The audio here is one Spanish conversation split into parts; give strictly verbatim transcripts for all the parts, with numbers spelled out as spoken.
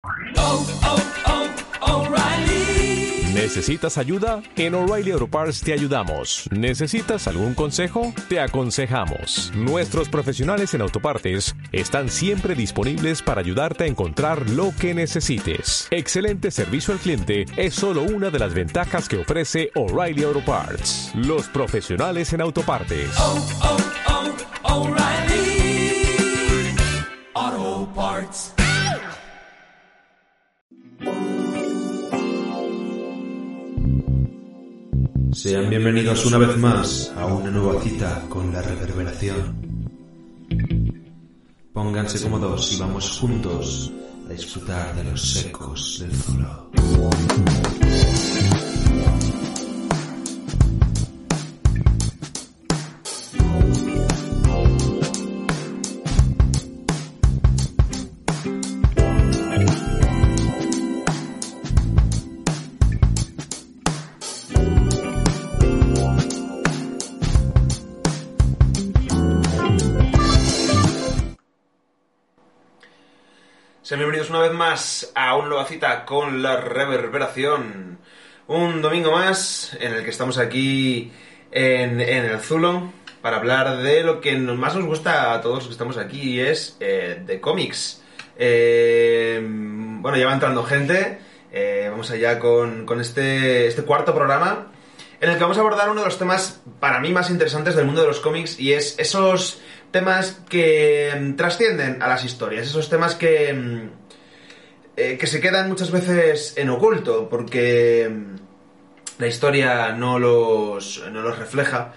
Oh, oh, oh, O'Reilly. ¿Necesitas ayuda? En O'Reilly Auto Parts te ayudamos. ¿Necesitas algún consejo? Te aconsejamos. Nuestros profesionales en autopartes están siempre disponibles para ayudarte a encontrar lo que necesites. Excelente servicio al cliente es solo una de las ventajas que ofrece O'Reilly Auto Parts. Los profesionales en autopartes. Oh, oh, oh, O'Reilly Auto Parts. Sean bienvenidos una vez más a una nueva cita con la reverberación. Pónganse cómodos y vamos juntos a disfrutar de los ecos del Zulo. Sean bienvenidos una vez más a una nueva cita con la reverberación. Un domingo más en el que estamos aquí en, en el Zulo para hablar de lo que más nos gusta a todos los que estamos aquí, y es eh, de cómics. Eh, bueno, ya va entrando gente. Eh, vamos allá con, con este, este cuarto programa en el que vamos a abordar uno de los temas para mí más interesantes del mundo de los cómics, y es esos temas que mm, trascienden a las historias, esos temas que, mm, eh, que se quedan muchas veces en oculto porque mm, la historia no los, no los refleja,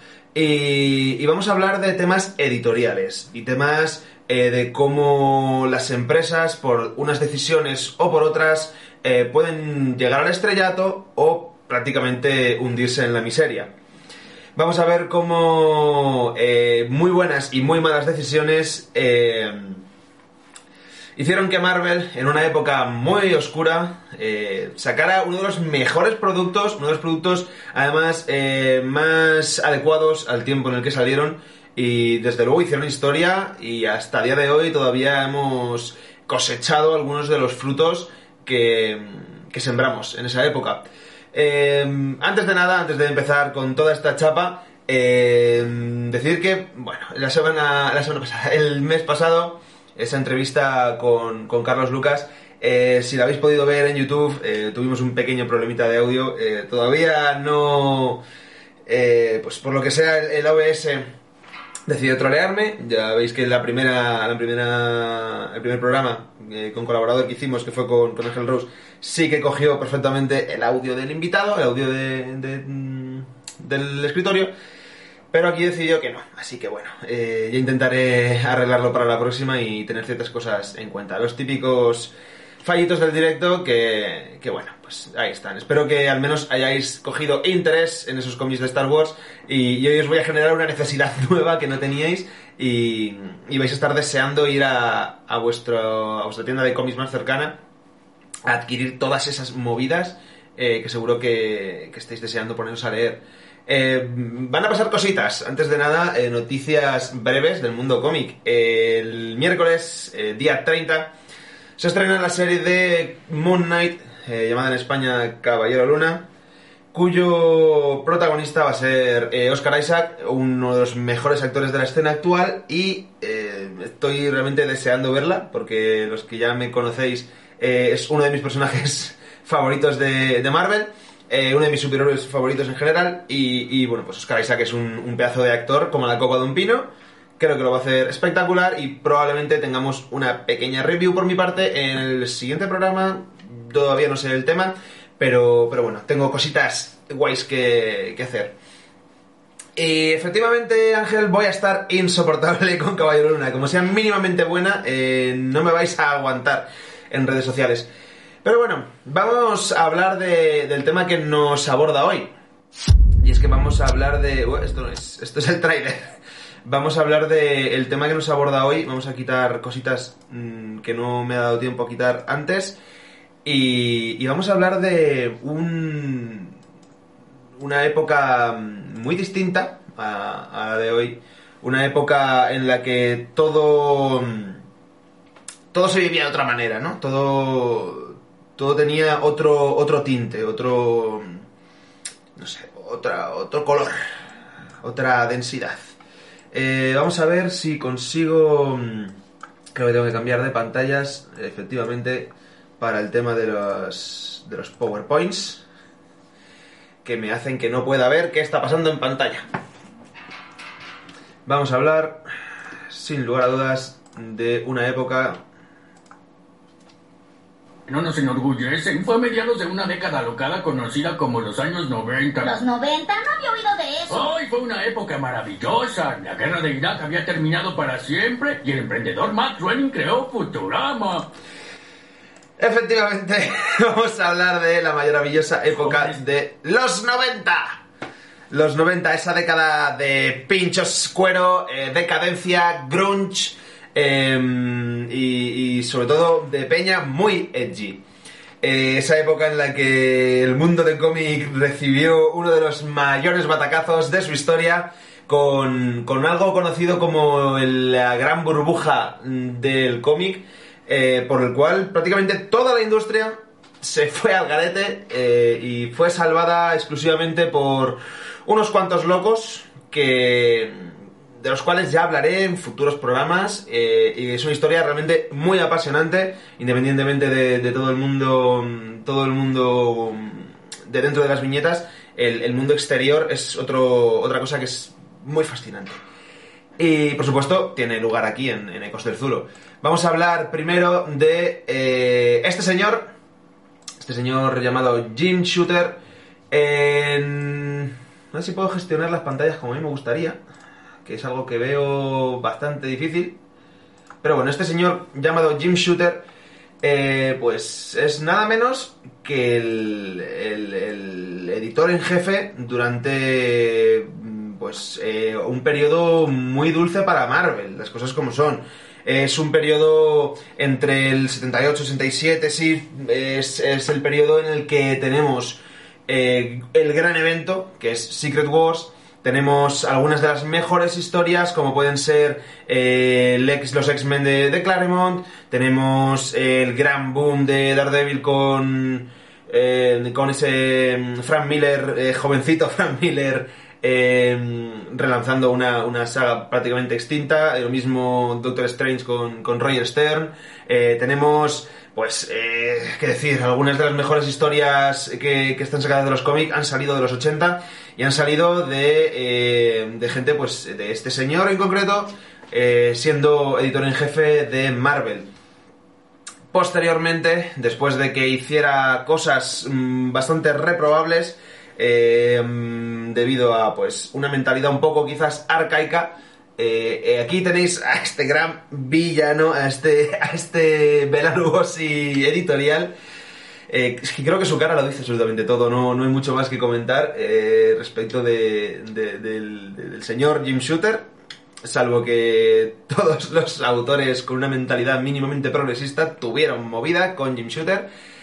y, y vamos a hablar de temas editoriales y temas eh, de cómo las empresas, por unas decisiones o por otras, eh, pueden llegar al estrellato o prácticamente hundirse en la miseria. Vamos a ver cómo eh, muy buenas y muy malas decisiones eh, hicieron que Marvel, en una época muy oscura, eh, sacara uno de los mejores productos, uno de los productos además eh, más adecuados al tiempo en el que salieron, y desde luego hicieron historia, y hasta el día de hoy todavía hemos cosechado algunos de los frutos que, que sembramos en esa época. Eh, antes de nada, antes de empezar con toda esta chapa, eh, decir que, bueno, la semana, la semana pasada, el mes pasado, esa entrevista con, con Carlos Lucas, eh, si la habéis podido ver en YouTube, eh, tuvimos un pequeño problemita de audio, eh, todavía no, eh, pues por lo que sea el, el O B S decidió trolearme. Ya veis que la primera, la primera, el primer programa eh, con colaborador que hicimos, que fue con, con Ángel Rose, sí que cogió perfectamente el audio del invitado, el audio de, de, del escritorio, pero aquí decidió que no. Así que bueno, eh, ya intentaré arreglarlo para la próxima y tener ciertas cosas en cuenta. Los típicos fallitos del directo que, que bueno, pues ahí están. Espero que al menos hayáis cogido interés en esos cómics de Star Wars, y, y hoy os voy a generar una necesidad nueva que no teníais, y, y vais a estar deseando ir a, a, vuestro, a vuestra tienda de cómics más cercana a adquirir todas esas movidas eh, que seguro que, que estáis deseando poneros a leer. Eh, van a pasar cositas. Antes de nada, eh, noticias breves del mundo cómic. Eh, el miércoles, eh, día treinta, se estrena la serie de Moon Knight, eh, llamada en España Caballero Luna, cuyo protagonista va a ser eh, Oscar Isaac, uno de los mejores actores de la escena actual, y eh, estoy realmente deseando verla, porque los que ya me conocéis, eh, es uno de mis personajes favoritos de, de Marvel, eh, uno de mis superhéroes favoritos en general, y, y bueno, pues Oscar Isaac es un, un pedazo de actor como la copa de un pino. Creo que lo va a hacer espectacular, y probablemente tengamos una pequeña review por mi parte en el siguiente programa. Todavía no sé el tema, pero, pero bueno, tengo cositas guays que, que hacer. Y efectivamente, Ángel, voy a estar insoportable con Caballero Luna. Como sea mínimamente buena, eh, no me vais a aguantar en redes sociales. Pero bueno, vamos a hablar de, del tema que nos aborda hoy. Y es que vamos a hablar de... Uh, esto no es, esto es el tráiler. Vamos a hablar del tema que nos aborda hoy. Vamos a quitar cositas mmm, que no me ha dado tiempo a quitar antes. Y, y vamos a hablar de un, una época muy distinta a, a la de hoy. Una época en la que todo... todo se vivía de otra manera, ¿no? Todo, todo tenía otro, otro tinte, otro, no sé, otra, otro color, otra densidad. Eh, vamos a ver si consigo... Creo que tengo que cambiar de pantallas, efectivamente, para el tema de los, de los PowerPoints, que me hacen que no pueda ver qué está pasando en pantalla. Vamos a hablar, sin lugar a dudas, de una época... No nos enorgullecen. Fue a mediados de una década alocada conocida como los años noventa. ¿Los noventa? No había oído de eso. ¡Ay! Fue una época maravillosa. La guerra de Irak había terminado para siempre y el emprendedor Matt Groening creó Futurama. Efectivamente, vamos a hablar de la maravillosa época de los noventa. Los noventa, esa década de pinchos, cuero, eh, decadencia, grunge... Eh, y, y sobre todo de peña muy edgy. Eh, esa época en la que el mundo del cómic recibió uno de los mayores batacazos de su historia con, con algo conocido como el, la gran burbuja del cómic, eh, por el cual prácticamente toda la industria se fue al garete eh, y fue salvada exclusivamente por unos cuantos locos que... de los cuales ya hablaré en futuros programas, eh, y es una historia realmente muy apasionante, independientemente de, de todo el mundo, todo el mundo de dentro de las viñetas, el, el mundo exterior es otro, otra cosa que es muy fascinante. Y, por supuesto, tiene lugar aquí en, en Ecos del Zulo. Vamos a hablar primero de eh, este señor, este señor llamado Jim Shooter. En... No sé si puedo gestionar las pantallas como a mí me gustaría, que es algo que veo bastante difícil. Pero bueno, este señor llamado Jim Shooter, eh, pues es nada menos que el, el, el editor en jefe durante pues eh, un periodo muy dulce para Marvel, las cosas como son. Es un periodo entre el setenta y ocho y sesenta y siete, sí, es, es el periodo en el que tenemos eh, el gran evento, que es Secret Wars. Tenemos algunas de las mejores historias, como pueden ser eh, los X-Men de, de Claremont. Tenemos eh, el gran boom de Daredevil con, eh, con ese Frank Miller, eh, jovencito Frank Miller, eh, relanzando una, una saga prácticamente extinta. Lo mismo Doctor Strange con, con Roger Stern. Eh, tenemos... Pues, eh, qué decir, algunas de las mejores historias que, que están sacadas de los cómics han salido de los ochenta y han salido de, eh, de gente, pues, de este señor en concreto, eh, siendo editor en jefe de Marvel. Posteriormente, después de que hiciera cosas mmm, bastante reprobables, eh, mmm, debido a, pues, una mentalidad un poco quizás arcaica, Eh, eh, aquí tenéis a este gran villano, a este, a este Bela Lugosi editorial. Eh, es que creo que su cara lo dice absolutamente todo, no, no hay mucho más que comentar eh, respecto de, de, del, del señor Jim Shooter, salvo que todos los autores con una mentalidad mínimamente progresista tuvieron movida con Jim Shooter.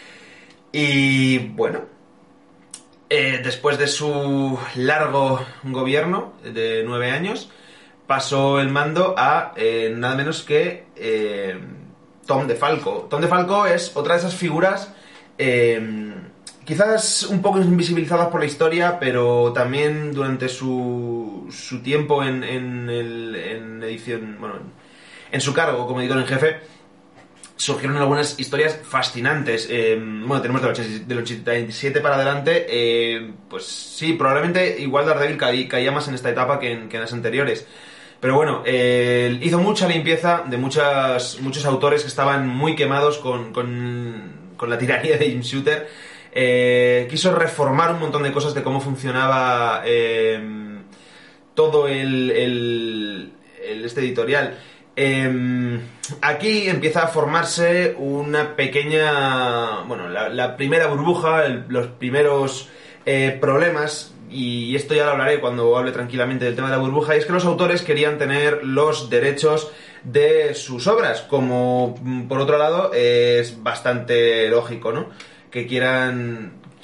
Y bueno, eh, después de su largo gobierno de nueve años, pasó el mando a eh, nada menos que eh, Tom DeFalco. Tom DeFalco es otra de esas figuras eh, quizás un poco invisibilizadas por la historia, pero también durante su, su tiempo en, en, el, en edición, bueno, en, en su cargo como editor en jefe, surgieron algunas historias fascinantes. Eh, bueno, tenemos del ochenta y siete para adelante, eh, pues sí, probablemente igual Daredevil caía, caía más en esta etapa que en, que en las anteriores. Pero bueno, eh, hizo mucha limpieza de muchas, muchos autores que estaban muy quemados con, con, con la tiranía de Jim Shooter. Eh, quiso reformar un montón de cosas de cómo funcionaba eh, todo el, el, el este editorial. Eh, aquí empieza a formarse una pequeña... Bueno, la, la primera burbuja, el, los primeros eh, problemas... Y esto ya lo hablaré cuando hable tranquilamente del tema de la burbuja, y es que los autores querían tener los derechos de sus obras, como por otro lado es bastante lógico, ¿no? Que quieran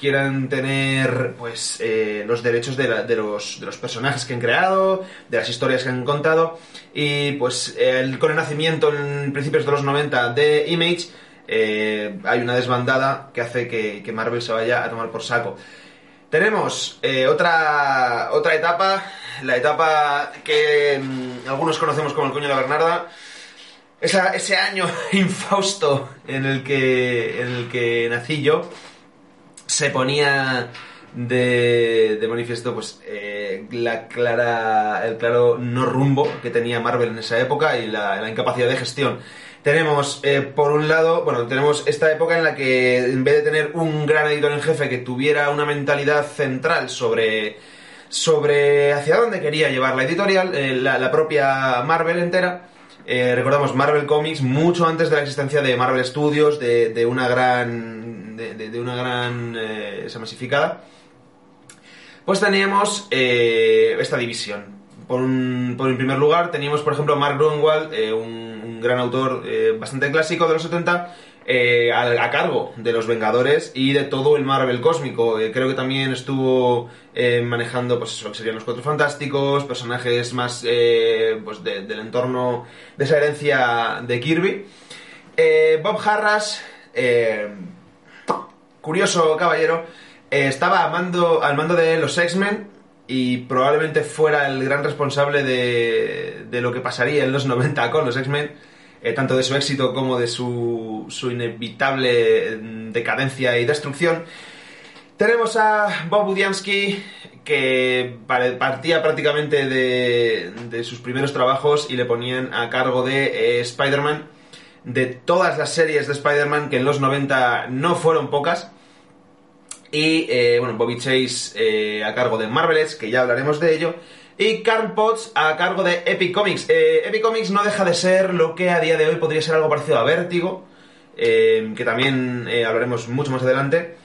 quieran tener pues eh, los derechos de, la, de, los, de los personajes que han creado, de las historias que han contado, y pues el, con el nacimiento en principios de los noventa de Image, eh, hay una desbandada que hace que, que Marvel se vaya a tomar por saco. Tenemos eh, otra, otra etapa, la etapa que mmm, algunos conocemos como el coño de la Bernarda. Esa, ese año infausto en el que, en el que nací yo, se ponía de, de manifiesto pues eh, la clara, el claro no rumbo que tenía Marvel en esa época y la, la incapacidad de gestión. Tenemos, eh, por un lado, bueno, tenemos esta época en la que en vez de tener un gran editor en jefe que tuviera una mentalidad central sobre, sobre hacia dónde quería llevar la editorial, eh, la, la propia Marvel entera, eh, recordamos Marvel Comics mucho antes de la existencia de Marvel Studios, de, de una gran, de, de, de una gran, eh, esa masificada, pues teníamos eh, esta división. Por un, por en primer lugar teníamos, por ejemplo, Mark Gruenwald, eh, un, un gran autor eh, bastante clásico de los setenta, eh, a, a cargo de los Vengadores y de todo el Marvel cósmico. Eh, creo que también estuvo eh, manejando pues eso, que serían los Cuatro Fantásticos, personajes más eh, pues de, del entorno de esa herencia de Kirby. Eh, Bob Harras, eh, curioso caballero, eh, estaba al mando, al mando de los X-Men, y probablemente fuera el gran responsable de, de lo que pasaría en los noventa con los X-Men, eh, tanto de su éxito como de su, su inevitable decadencia y destrucción. Tenemos a Bob Budiansky, que partía prácticamente de, de sus primeros trabajos y le ponían a cargo de eh, Spider-Man, de todas las series de Spider-Man, que en los noventa no fueron pocas. Y, eh, bueno, Bobby Chase eh, a cargo de Marvelettes, que ya hablaremos de ello. Y Carl Potts a cargo de Epic Comics. Eh, Epic Comics no deja de ser lo que a día de hoy podría ser algo parecido a Vértigo, eh, que también eh, hablaremos mucho más adelante.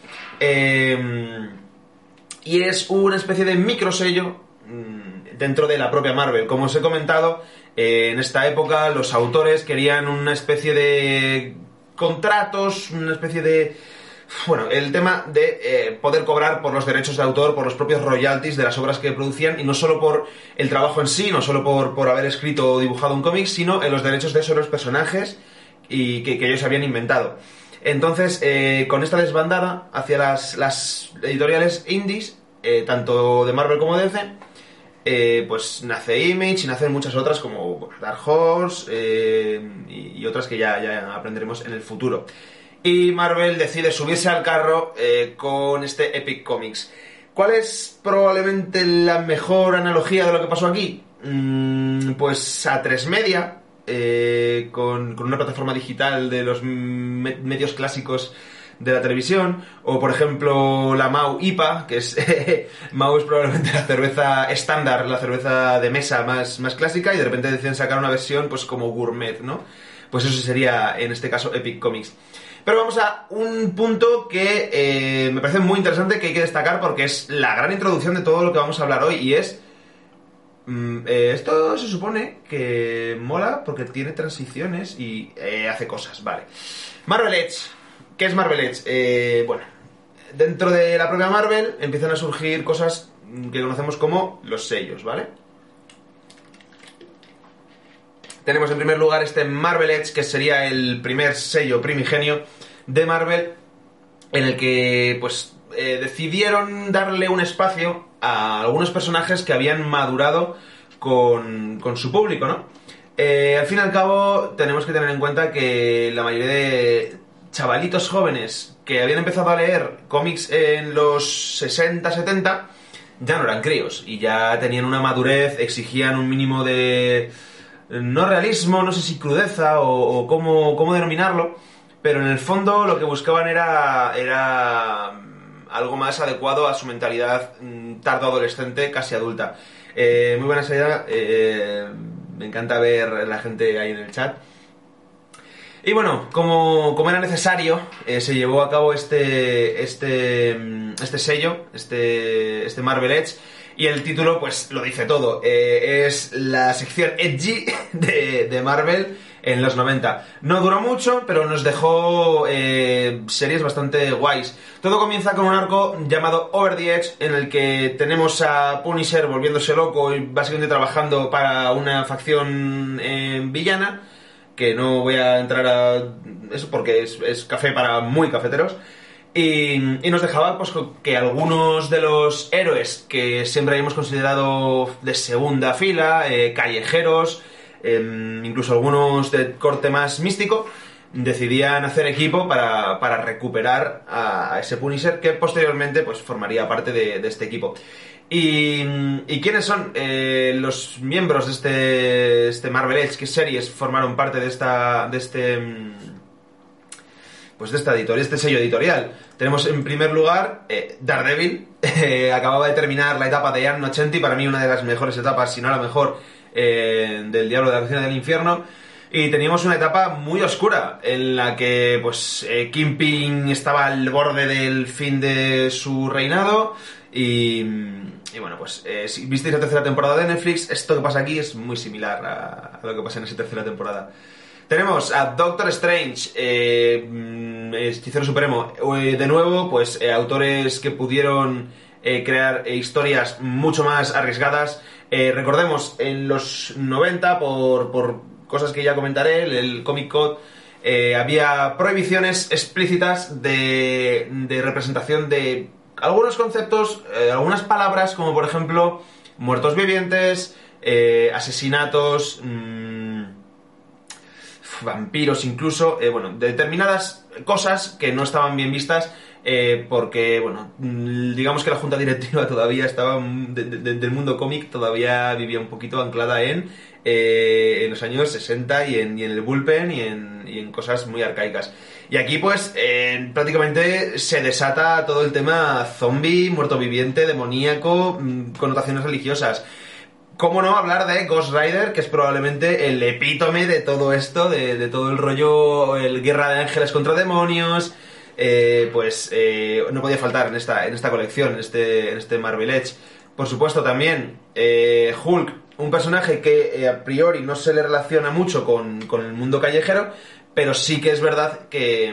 Eh, y es una especie de microsello mmm, dentro de la propia Marvel. Como os he comentado, eh, en esta época los autores querían una especie de contratos, una especie de... Bueno, el tema de eh, poder cobrar por los derechos de autor, por los propios royalties de las obras que producían, y no solo por el trabajo en sí, no solo por, por haber escrito o dibujado un cómic, sino en los derechos de esos los personajes y que, que ellos habían inventado. Entonces, eh, con esta desbandada hacia las, las editoriales indies, eh, tanto de Marvel como de D C, eh, pues nace Image y nacen muchas otras como Dark Horse eh, y, y otras que ya, ya aprenderemos en el futuro. Y Marvel decide subirse al carro eh, con este Epic Comics. ¿Cuál es probablemente la mejor analogía de lo que pasó aquí? Mm, pues A tres Media, eh, con, con una plataforma digital de los me- medios clásicos de la televisión, o por ejemplo la Mau I P A, que es Mau es probablemente la cerveza estándar, la cerveza de mesa más, más clásica, y de repente deciden sacar una versión pues como gourmet, ¿no? Pues eso sería en este caso Epic Comics. Pero vamos a un punto que eh, me parece muy interesante, que hay que destacar porque es la gran introducción de todo lo que vamos a hablar hoy, y es... Mm, eh, esto se supone que mola porque tiene transiciones y eh, hace cosas, vale. Marvel Edge. ¿Qué es Marvel Edge? Eh, bueno, dentro de la propia Marvel empiezan a surgir cosas que conocemos como los sellos, ¿vale? Tenemos en primer lugar este Marvel Edge, que sería el primer sello primigenio de Marvel, en el que pues eh, decidieron darle un espacio a algunos personajes que habían madurado con, con su público, ¿no? Eh, al fin y al cabo tenemos que tener en cuenta que la mayoría de chavalitos jóvenes que habían empezado a leer cómics en los sesenta, setenta ya no eran críos y ya tenían una madurez, exigían un mínimo de... no realismo, no sé si crudeza o, o cómo, cómo denominarlo, pero en el fondo lo que buscaban era, era algo más adecuado a su mentalidad tardo-adolescente, casi adulta. Eh, muy buena salida, eh, me encanta ver la gente ahí en el chat. Y bueno, como, como era necesario, eh, se llevó a cabo este, este, este sello, este, este Marvel Edge. Y el título, pues, lo dice todo. Eh, es la sección edgy de, de Marvel, en los noventa. No duró mucho, pero nos dejó eh, series bastante guays. Todo comienza con un arco llamado Over the Edge, en el que tenemos a Punisher volviéndose loco y básicamente trabajando para una facción eh, villana, que no voy a entrar a eso porque es, es café para muy cafeteros. Y, y nos dejaba pues que algunos de los héroes que siempre habíamos considerado de segunda fila, eh, callejeros, eh, incluso algunos de corte más místico, decidían hacer equipo para, para recuperar a, a ese Punisher, que posteriormente pues formaría parte de, de este equipo. ¿Y, y quiénes son eh, los miembros de este, este Marvel Edge? ¿Qué series formaron parte de esta de este pues de esta editorial, este sello editorial? Tenemos en primer lugar eh, Daredevil. eh, acababa de terminar la etapa de Anno ochenta, para mí una de las mejores etapas, si no la mejor, eh, del Diablo de la Cocina del Infierno. Y teníamos una etapa muy oscura en la que pues eh, Kingpin estaba al borde del fin de su reinado. Y, y bueno, pues eh, si visteis la tercera temporada de Netflix, esto que pasa aquí es muy similar a, a lo que pasa en esa tercera temporada. Tenemos a Doctor Strange, eh, hechicero supremo, eh, de nuevo, pues eh, autores que pudieron eh, crear eh, historias mucho más arriesgadas. Eh, recordemos, en los noventa, por, por cosas que ya comentaré, el, el Comic Code, eh, había prohibiciones explícitas de, de representación de algunos conceptos, eh, algunas palabras, como por ejemplo muertos vivientes, eh, asesinatos, mmm, vampiros incluso, eh, bueno, determinadas cosas que no estaban bien vistas, eh, porque, bueno, digamos que la junta directiva todavía estaba, de, de, del mundo cómic, todavía vivía un poquito anclada en, eh, en los años sesenta y en, y en el bullpen y en, y en cosas muy arcaicas. Y aquí, pues, eh, prácticamente se desata todo el tema zombie, muerto viviente, demoníaco, connotaciones religiosas. ¿Cómo no hablar de Ghost Rider, que es probablemente el epítome de todo esto, de, de todo el rollo, el guerra de ángeles contra demonios? Eh, pues eh, no podía faltar en esta, en esta colección, en este, en este Marvel Edge. Por supuesto también eh, Hulk, un personaje que eh, a priori no se le relaciona mucho con, con el mundo callejero, pero sí que es verdad que,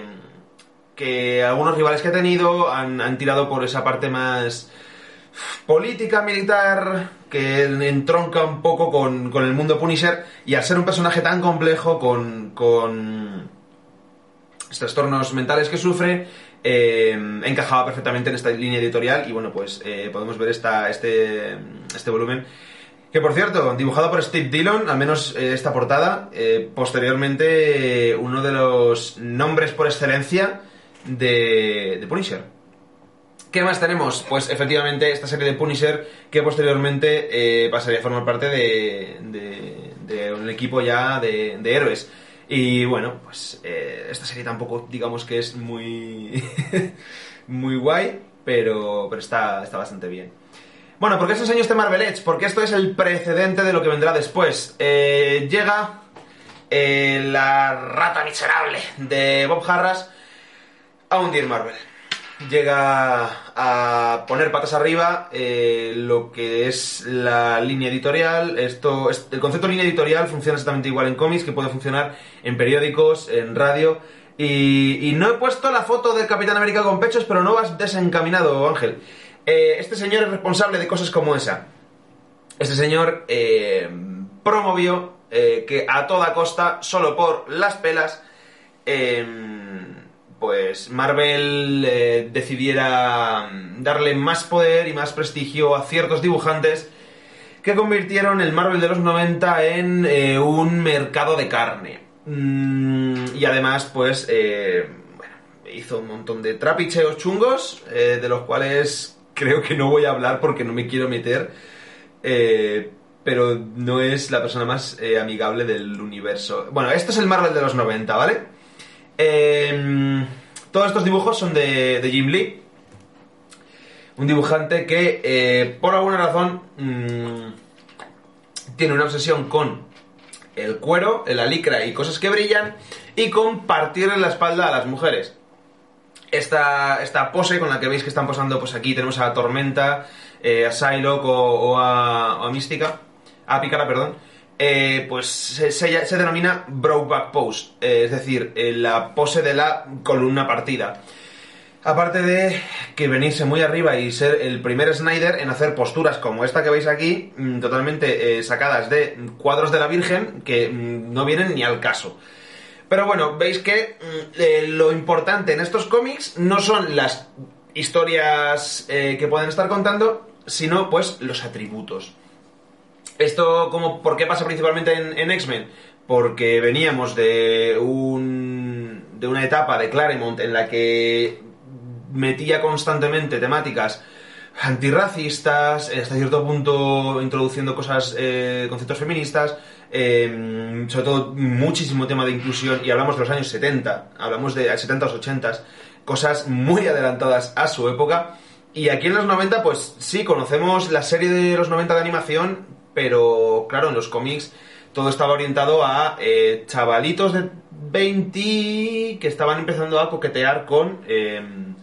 que algunos rivales que ha tenido han, han tirado por esa parte más política, militar, que entronca un poco con, con el mundo Punisher, y al ser un personaje tan complejo, con, con trastornos mentales que sufre, eh, encajaba perfectamente en esta línea editorial. Y bueno, pues eh, podemos ver esta, este, este volumen, que por cierto, dibujado por Steve Dillon, al menos eh, esta portada, eh, posteriormente eh, uno de los nombres por excelencia de, de Punisher. ¿Qué más tenemos? Pues efectivamente esta serie de Punisher, que posteriormente eh, pasaría a formar parte de, de, de un equipo ya de, de héroes. Y bueno, pues eh, esta serie tampoco digamos que es muy muy guay, pero, pero está, está bastante bien. Bueno, ¿por qué os enseño este Marvel Edge? Porque esto es el precedente de lo que vendrá después. Eh, llega eh, la rata miserable de Bob Harras a hundir Marvel. Llega a poner patas arriba eh, lo que es la línea editorial. Esto, el concepto de línea editorial funciona exactamente igual en cómics que puede funcionar en periódicos, en radio. Y, y no he puesto la foto del Capitán América con pechos, pero no vas desencaminado, Ángel. Eh, este señor es responsable de cosas como esa. Este señor eh, promovió eh, que a toda costa, solo por las pelas, eh, pues Marvel eh, decidiera darle más poder y más prestigio a ciertos dibujantes que convirtieron el Marvel de los noventa en eh, un mercado de carne. Mm, y además, pues, eh, bueno, hizo un montón de trapicheos chungos, eh, de los cuales creo que no voy a hablar porque no me quiero meter, eh, pero no es la persona más eh, amigable del universo. Bueno, esto es el Marvel de los noventa, ¿vale? Eh, todos estos dibujos son de, de Jim Lee, un dibujante que eh, por alguna razón mmm, tiene una obsesión con el cuero, la licra y cosas que brillan, y con partirle la espalda a las mujeres. Esta, esta pose con la que veis que están posando, pues aquí tenemos a Tormenta, eh, a Psylocke o, o, a, o a Mística, a Pícara, perdón. eh, pues se, se, se denomina Brokeback Pose, eh, es decir, eh, la pose de la columna partida. Aparte de que venirse muy arriba y ser el primer Snyder en hacer posturas como esta que veis aquí, totalmente eh, sacadas de cuadros de la Virgen, que mm, no vienen ni al caso. Pero bueno, veis que eh, lo importante en estos cómics no son las historias eh, que pueden estar contando, sino pues los atributos. Esto, como, ¿por qué pasa principalmente en, en X-Men? Porque veníamos de un de una etapa de Claremont en la que metía constantemente temáticas antirracistas, hasta cierto punto introduciendo cosas, eh, conceptos feministas, eh, sobre todo muchísimo tema de inclusión, y hablamos de los años setenta, hablamos de setenta o ochenta, cosas muy adelantadas a su época. Y aquí en los noventa, pues sí, conocemos la serie de los noventa de animación, pero claro, en los cómics todo estaba orientado a eh, chavalitos de veinte que estaban empezando a coquetear con... Eh,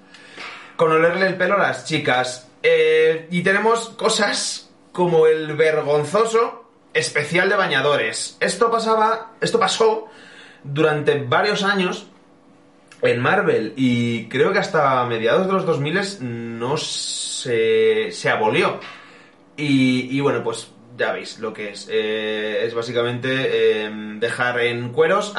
con olerle el pelo a las chicas. Eh, y tenemos cosas como el vergonzoso especial de bañadores. Esto pasaba, esto pasó durante varios años en Marvel, y creo que hasta mediados de los dos mil no se, se abolió. Y, y bueno, pues ya veis lo que es. Eh, es básicamente eh, dejar en cueros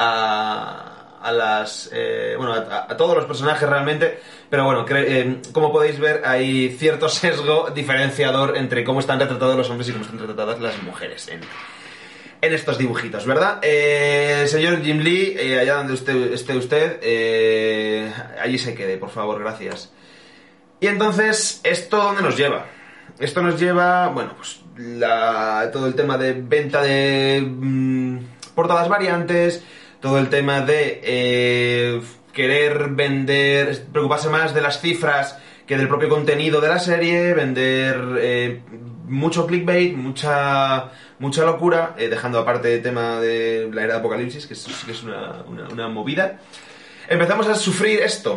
a, a las... Eh, bueno, a, a todos los personajes realmente. Pero bueno, cre- eh, como podéis ver, hay cierto sesgo diferenciador entre cómo están retratados los hombres y cómo están retratadas las mujeres en, en estos dibujitos, ¿verdad? Eh, señor Jim Lee, eh, allá donde usted, esté usted, eh, allí se quede, por favor, gracias. Y entonces, ¿esto dónde nos lleva? Esto nos lleva, bueno, pues la, todo el tema de venta de mmm, portadas variantes, todo el tema de... Eh, querer vender, preocuparse más de las cifras que del propio contenido de la serie, vender eh, mucho clickbait, mucha mucha locura, eh, dejando aparte el tema de la era de Apocalipsis, que es, que es una, una, una movida. Empezamos a sufrir esto.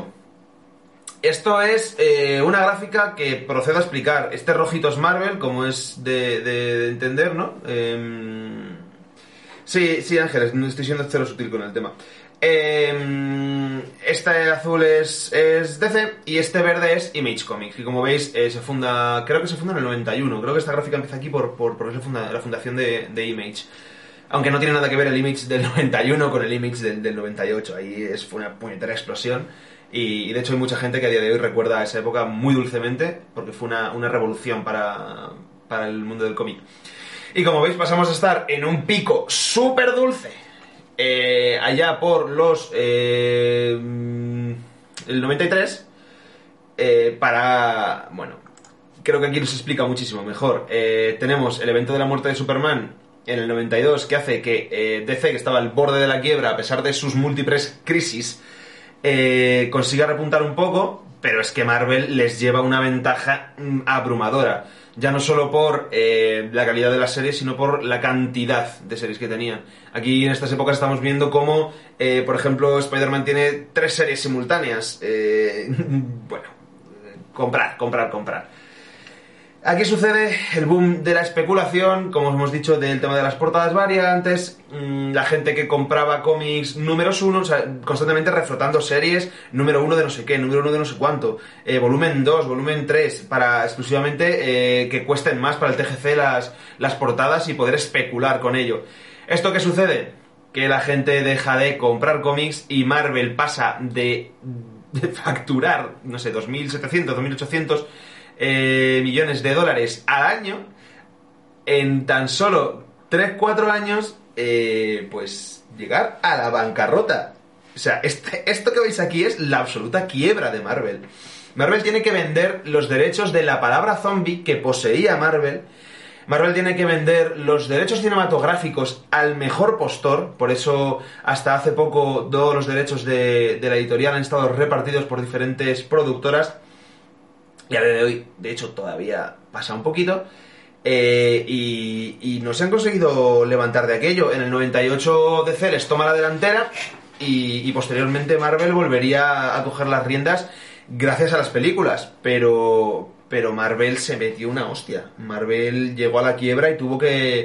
Esto es eh, una gráfica que procedo a explicar. Este rojito es Marvel, como es de, de, de entender, ¿no? Eh, sí, sí, Ángeles, no estoy siendo cero sutil con el tema. Eh, este azul es, es D C y este verde es Image Comics, y como veis eh, se funda, creo que se funda en el noventa y uno, creo que esta gráfica empieza aquí por, por, por funda, la fundación de, de Image, aunque no tiene nada que ver el Image del noventa y uno con el Image del, del noventa y ocho, ahí es, fue una puñetera explosión, y, y de hecho hay mucha gente que a día de hoy recuerda a esa época muy dulcemente, porque fue una, una revolución para, para el mundo del cómic. Y como veis pasamos a estar en un pico súper dulce Eh, allá por los eh, el noventa y tres, eh, para, bueno, creo que aquí nos explica muchísimo mejor. Eh, tenemos el evento de la muerte de Superman en el noventa y dos, que hace que eh, D C, que estaba al borde de la quiebra a pesar de sus múltiples crisis, eh, consiga repuntar un poco, pero es que Marvel les lleva una ventaja mm, abrumadora. Ya no solo por eh, la calidad de las series, sino por la cantidad de series que tenían. Aquí en estas épocas estamos viendo cómo, eh, por ejemplo, Spider-Man tiene tres series simultáneas. Eh, bueno, comprar, comprar, comprar. Aquí sucede el boom de la especulación, como os hemos dicho, del tema de las portadas variantes, mmm, la gente que compraba cómics números uno, o sea, constantemente reflotando series, número uno de no sé qué, número uno de no sé cuánto, eh, volumen dos, volumen tres, para exclusivamente eh, que cuesten más para el T G C las, las portadas y poder especular con ello. ¿Esto qué sucede? Que la gente deja de comprar cómics y Marvel pasa de, de facturar, no sé, dos mil setecientos, dos mil ochocientos... Eh, millones de dólares al año, en tan solo tres cuatro años, eh, pues llegar a la bancarrota. O sea, este, esto que veis aquí es la absoluta quiebra de Marvel. Marvel tiene que vender los derechos de la palabra zombie que poseía Marvel. Marvel tiene que vender los derechos cinematográficos al mejor postor, por eso hasta hace poco todos los derechos de, de la editorial han estado repartidos por diferentes productoras. Y a día de hoy, de hecho, todavía pasa un poquito. Eh, y, y no se han conseguido levantar de aquello. En el noventa y ocho D C les toma la delantera y, y posteriormente Marvel volvería a coger las riendas gracias a las películas. Pero, pero Marvel se metió una hostia. Marvel llegó a la quiebra y tuvo que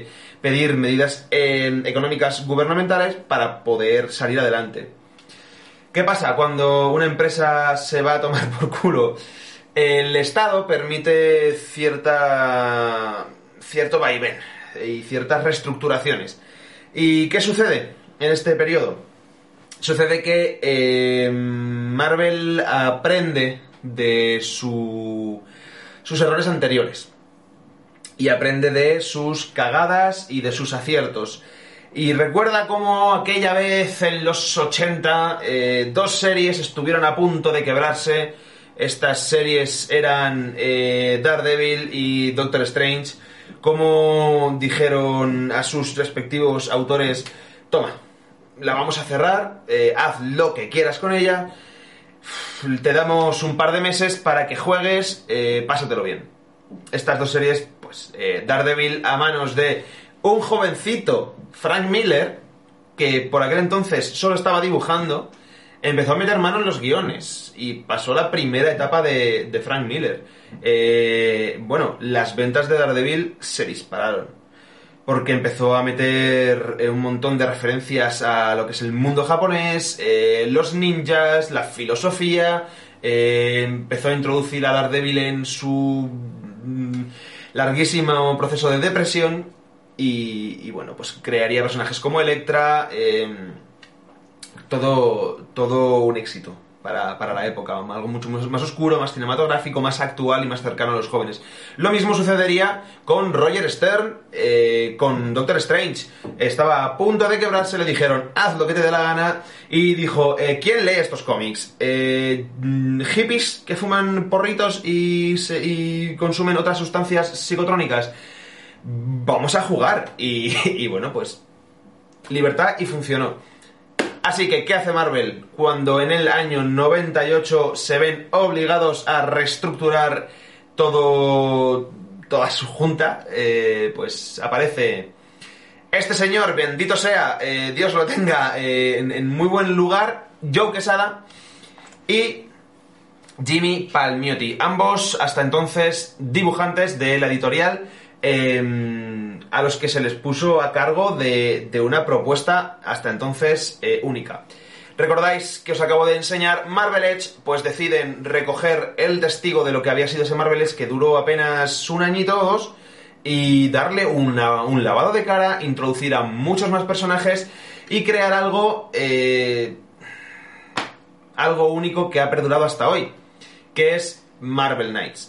pedir medidas eh, económicas gubernamentales para poder salir adelante. ¿Qué pasa? Cuando una empresa se va a tomar por culo, el Estado permite cierta, cierto vaivén y ciertas reestructuraciones. ¿Y qué sucede en este periodo? Sucede que eh, Marvel aprende de su, sus errores anteriores y aprende de sus cagadas y de sus aciertos. Y recuerda cómo aquella vez en los ochenta eh, dos series estuvieron a punto de quebrarse. Estas series eran eh, Daredevil y Doctor Strange. Como dijeron a sus respectivos autores: toma, la vamos a cerrar, eh, haz lo que quieras con ella, te damos un par de meses para que juegues, eh, pásatelo bien. Estas dos series, pues eh, Daredevil a manos de un jovencito, Frank Miller, que por aquel entonces solo estaba dibujando, empezó a meter mano en los guiones y pasó la primera etapa de, de Frank Miller. Eh, bueno, las ventas de Daredevil se dispararon, porque empezó a meter eh, un montón de referencias a lo que es el mundo japonés, eh, los ninjas, la filosofía, eh, empezó a introducir a Daredevil en su mm, larguísimo proceso de depresión y, y bueno, pues crearía personajes como Elektra, eh, todo, todo un éxito para, para la época, algo mucho más, más oscuro, más cinematográfico, más actual y más cercano a los jóvenes. Lo mismo sucedería con Roger Stern, eh, con Doctor Strange. Estaba a punto de quebrarse, le dijeron, haz lo que te dé la gana, y dijo, eh, ¿quién lee estos cómics? Eh, ¿Hippies que fuman porritos y, se, y consumen otras sustancias psicotrónicas? Vamos a jugar. Y, y bueno, pues libertad, y funcionó. Así que, ¿qué hace Marvel cuando en el año noventa y ocho se ven obligados a reestructurar todo, toda su junta? Eh, pues aparece este señor, bendito sea, eh, Dios lo tenga eh, en, en muy buen lugar, Joe Quesada y Jimmy Palmiotti, ambos hasta entonces dibujantes de la editorial, eh, a los que se les puso a cargo de, de una propuesta hasta entonces eh, única. ¿Recordáis que os acabo de enseñar Marvel Edge? Pues deciden recoger el testigo de lo que había sido ese Marvel Edge, que duró apenas un añito o dos, y darle una, un lavado de cara, introducir a muchos más personajes y crear algo, eh, algo único que ha perdurado hasta hoy, que es Marvel Knights.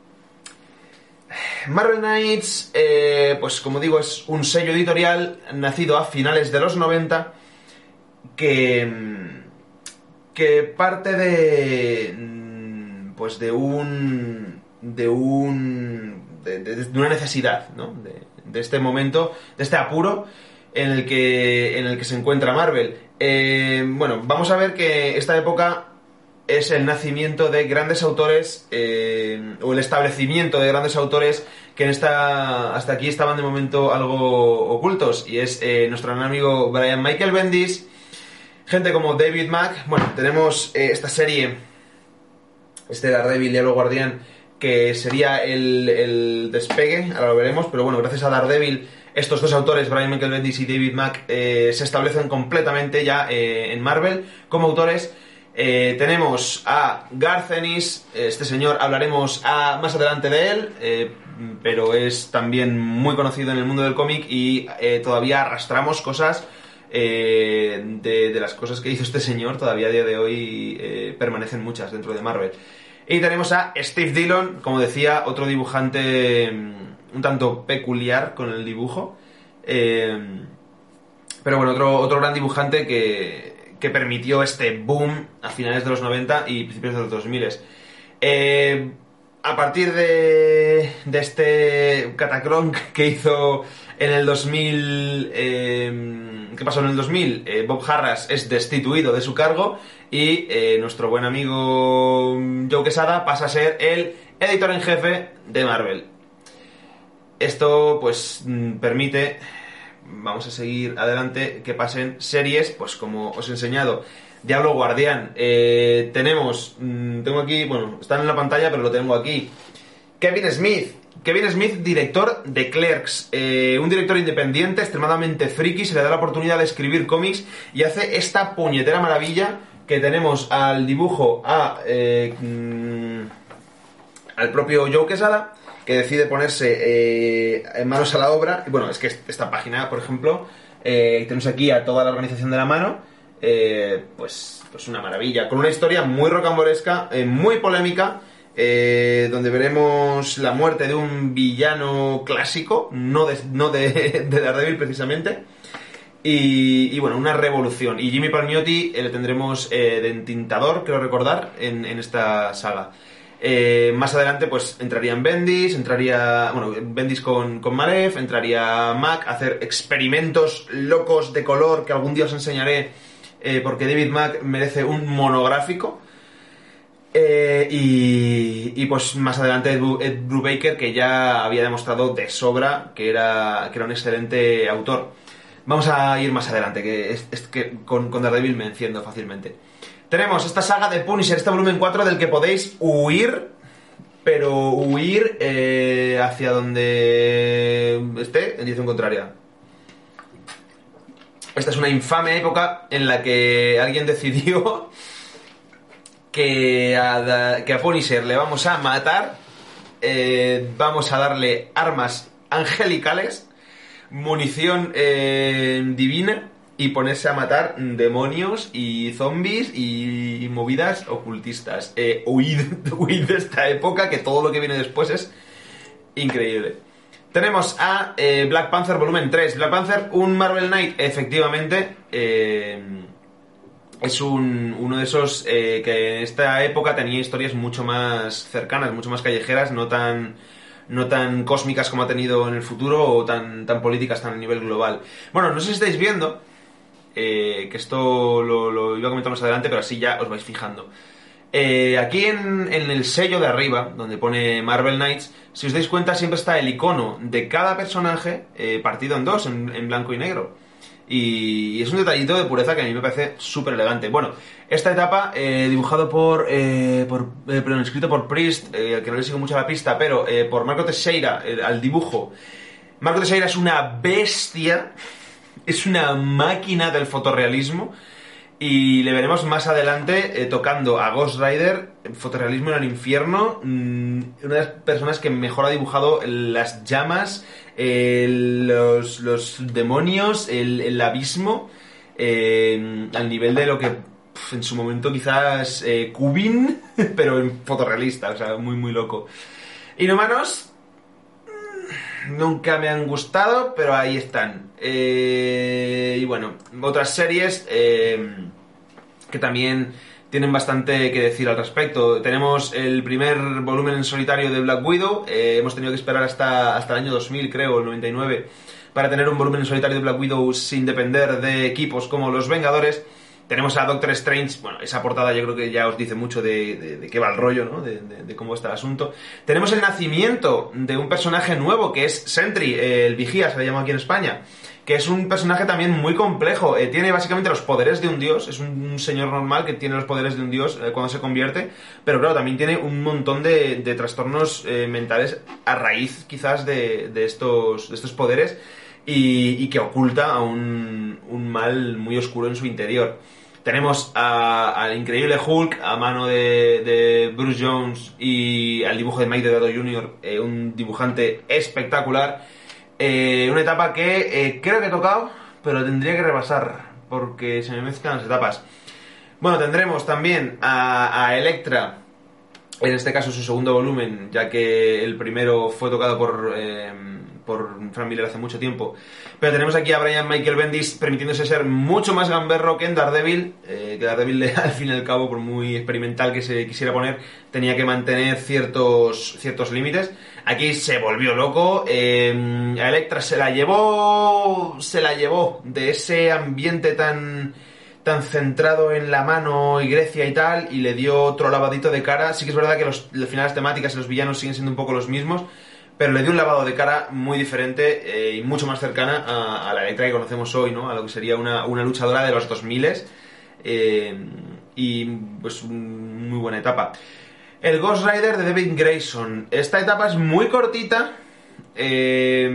Marvel Knights, eh, pues como digo, es un sello editorial nacido a finales de los noventa que, que parte de, pues de un, de un, de, de, de una necesidad, ¿no? De, de este momento, de este apuro en el que, en el que se encuentra Marvel. Eh, bueno, vamos a ver que esta época es el nacimiento de grandes autores, eh, o el establecimiento de grandes autores que en esta, hasta aquí estaban de momento algo ocultos, y es eh, nuestro gran amigo Brian Michael Bendis, gente como David Mack. Bueno, tenemos eh, esta serie, este Daredevil, Diablo Guardián, que sería el, el despegue, ahora lo veremos, pero bueno, gracias a Daredevil, estos dos autores, Brian Michael Bendis y David Mack, eh, se establecen completamente ya eh, en Marvel como autores. Eh, tenemos a Garth Ennis, este señor hablaremos a, más adelante de él, eh, pero es también muy conocido en el mundo del cómic y eh, todavía arrastramos cosas eh, de, de las cosas que hizo este señor, todavía a día de hoy eh, permanecen muchas dentro de Marvel. Y tenemos a Steve Dillon, como decía, otro dibujante un tanto peculiar con el dibujo, eh, pero bueno, otro, otro gran dibujante que... que permitió este boom a finales de los noventa y principios de los dos mil. Eh, a partir de, de este Cataclón que hizo en el dos mil, eh, ¿qué pasó en el dos mil? Eh, Bob Harras es destituido de su cargo y eh, nuestro buen amigo Joe Quesada pasa a ser el editor en jefe de Marvel. Esto pues permite... Vamos a seguir adelante, que pasen series, pues como os he enseñado, Diablo Guardián. Eh, tenemos, mmm, tengo aquí, bueno, están en la pantalla, pero lo tengo aquí. Kevin Smith Kevin Smith, director de Clerks, eh, un director independiente, extremadamente friki, se le da la oportunidad de escribir cómics y hace esta puñetera maravilla que tenemos al dibujo a eh, mm, al propio Joe Quesada, que decide ponerse eh, en manos a la obra. Y bueno, es que esta página, por ejemplo, eh, tenemos aquí a toda la organización de la mano, eh, pues, pues una maravilla, con una historia muy rocambolesca, eh, muy polémica, eh, donde veremos la muerte de un villano clásico, no de, no de, de Daredevil precisamente, y, y bueno, una revolución. Y Jimmy Palmiotti eh, le tendremos eh, de entintador, creo recordar, en, en esta saga. Eh, más adelante pues entrarían Bendis, entraría, bueno, Bendis con, con Malef, entraría Mac a hacer experimentos locos de color que algún día os enseñaré, eh, porque David Mack merece un monográfico. Eh, y, y pues más adelante Ed, Ed Brubaker, que ya había demostrado de sobra que era, que era un excelente autor. Vamos a ir más adelante, que, es, es que con, con Daredevil me enciendo fácilmente. Tenemos esta saga de Punisher, este volumen cuatro del que podéis huir, pero huir eh, hacia donde esté en dirección contraria. Esta es una infame época en la que alguien decidió que a, que a Punisher le vamos a matar, eh, vamos a darle armas angelicales, munición eh, divina, y ponerse a matar demonios y zombies y movidas ocultistas. Eh, huid, huid de esta época, que todo lo que viene después es increíble. Tenemos a eh, Black Panther volumen tres. Black Panther, un Marvel Knight, efectivamente. Eh, es un, uno de esos eh, que en esta época tenía historias mucho más cercanas, mucho más callejeras, no tan... no tan cósmicas como ha tenido en el futuro, o tan, tan políticas, tan a nivel global. Bueno, no sé si estáis viendo, eh, que esto lo, lo iba a comentar más adelante, pero así ya os vais fijando. Eh, aquí en, en el sello de arriba, donde pone Marvel Knights, si os dais cuenta siempre está el icono de cada personaje eh, partido en dos, en, en blanco y negro. Y, y es un detallito de pureza que a mí me parece súper elegante. Bueno, esta etapa, eh, dibujado por, eh, por eh, perdón, escrito por Priest, eh, que no le sigo mucho la pista, pero eh, por Marco Teixeira, eh, al dibujo. Marco Teixeira es una bestia, es una máquina del fotorrealismo, y le veremos más adelante eh, tocando a Ghost Rider, fotorrealismo en el infierno, mmm, una de las personas que mejor ha dibujado las llamas, eh, los, los demonios, el, el abismo, eh, al nivel de lo que pf, en su momento quizás eh, Kubin, pero en fotorrealista, o sea, muy muy loco. Inhumanos nunca me han gustado, pero ahí están. Eh, y bueno, otras series eh, que también tienen bastante que decir al respecto. Tenemos el primer volumen en solitario de Black Widow. Eh, hemos tenido que esperar hasta, hasta el año dos mil, creo, el noventa y nueve, para tener un volumen en solitario de Black Widow sin depender de equipos como los Vengadores. Tenemos a Doctor Strange, bueno, esa portada yo creo que ya os dice mucho de, de, de qué va el rollo, ¿no? De, de, de cómo está el asunto. Tenemos el nacimiento de un personaje nuevo, que es Sentry, eh, el Vigía, se le llama aquí en España, que es un personaje también muy complejo. Eh, tiene básicamente los poderes de un dios, es un, un señor normal que tiene los poderes de un dios eh, cuando se convierte, pero claro, también tiene un montón de, de trastornos eh, mentales a raíz quizás de, de, estos, de estos poderes, y, y que oculta a un, un mal muy oscuro en su interior. Tenemos al increíble Hulk a mano de, de Bruce Jones, y al dibujo de Mike Deodato junior, eh, un dibujante espectacular. Eh, una etapa que eh, creo que he tocado, pero tendría que repasar porque se me mezclan las etapas. Bueno, tendremos también a, a Elektra, en este caso su segundo volumen, ya que el primero fue tocado por... Eh, por Frank Miller hace mucho tiempo. Pero tenemos aquí a Brian Michael Bendis permitiéndose ser mucho más gamberro que en Daredevil, eh, que Daredevil al fin y al cabo, por muy experimental que se quisiera poner, tenía que mantener ciertos ciertos límites. Aquí se volvió loco, eh, a Elektra se la llevó se la llevó de ese ambiente tan tan centrado en la mano y Grecia y tal, y le dio otro lavadito de cara. Sí que es verdad que los, al final las temáticas y los villanos siguen siendo un poco los mismos, pero le dio un lavado de cara muy diferente eh, y mucho más cercana a, a la Elektra que conocemos hoy, ¿no? A lo que sería una, una luchadora de los dos mil, eh, y pues muy buena etapa. el Ghost Rider de Devin Grayson. Esta etapa es muy cortita. Eh,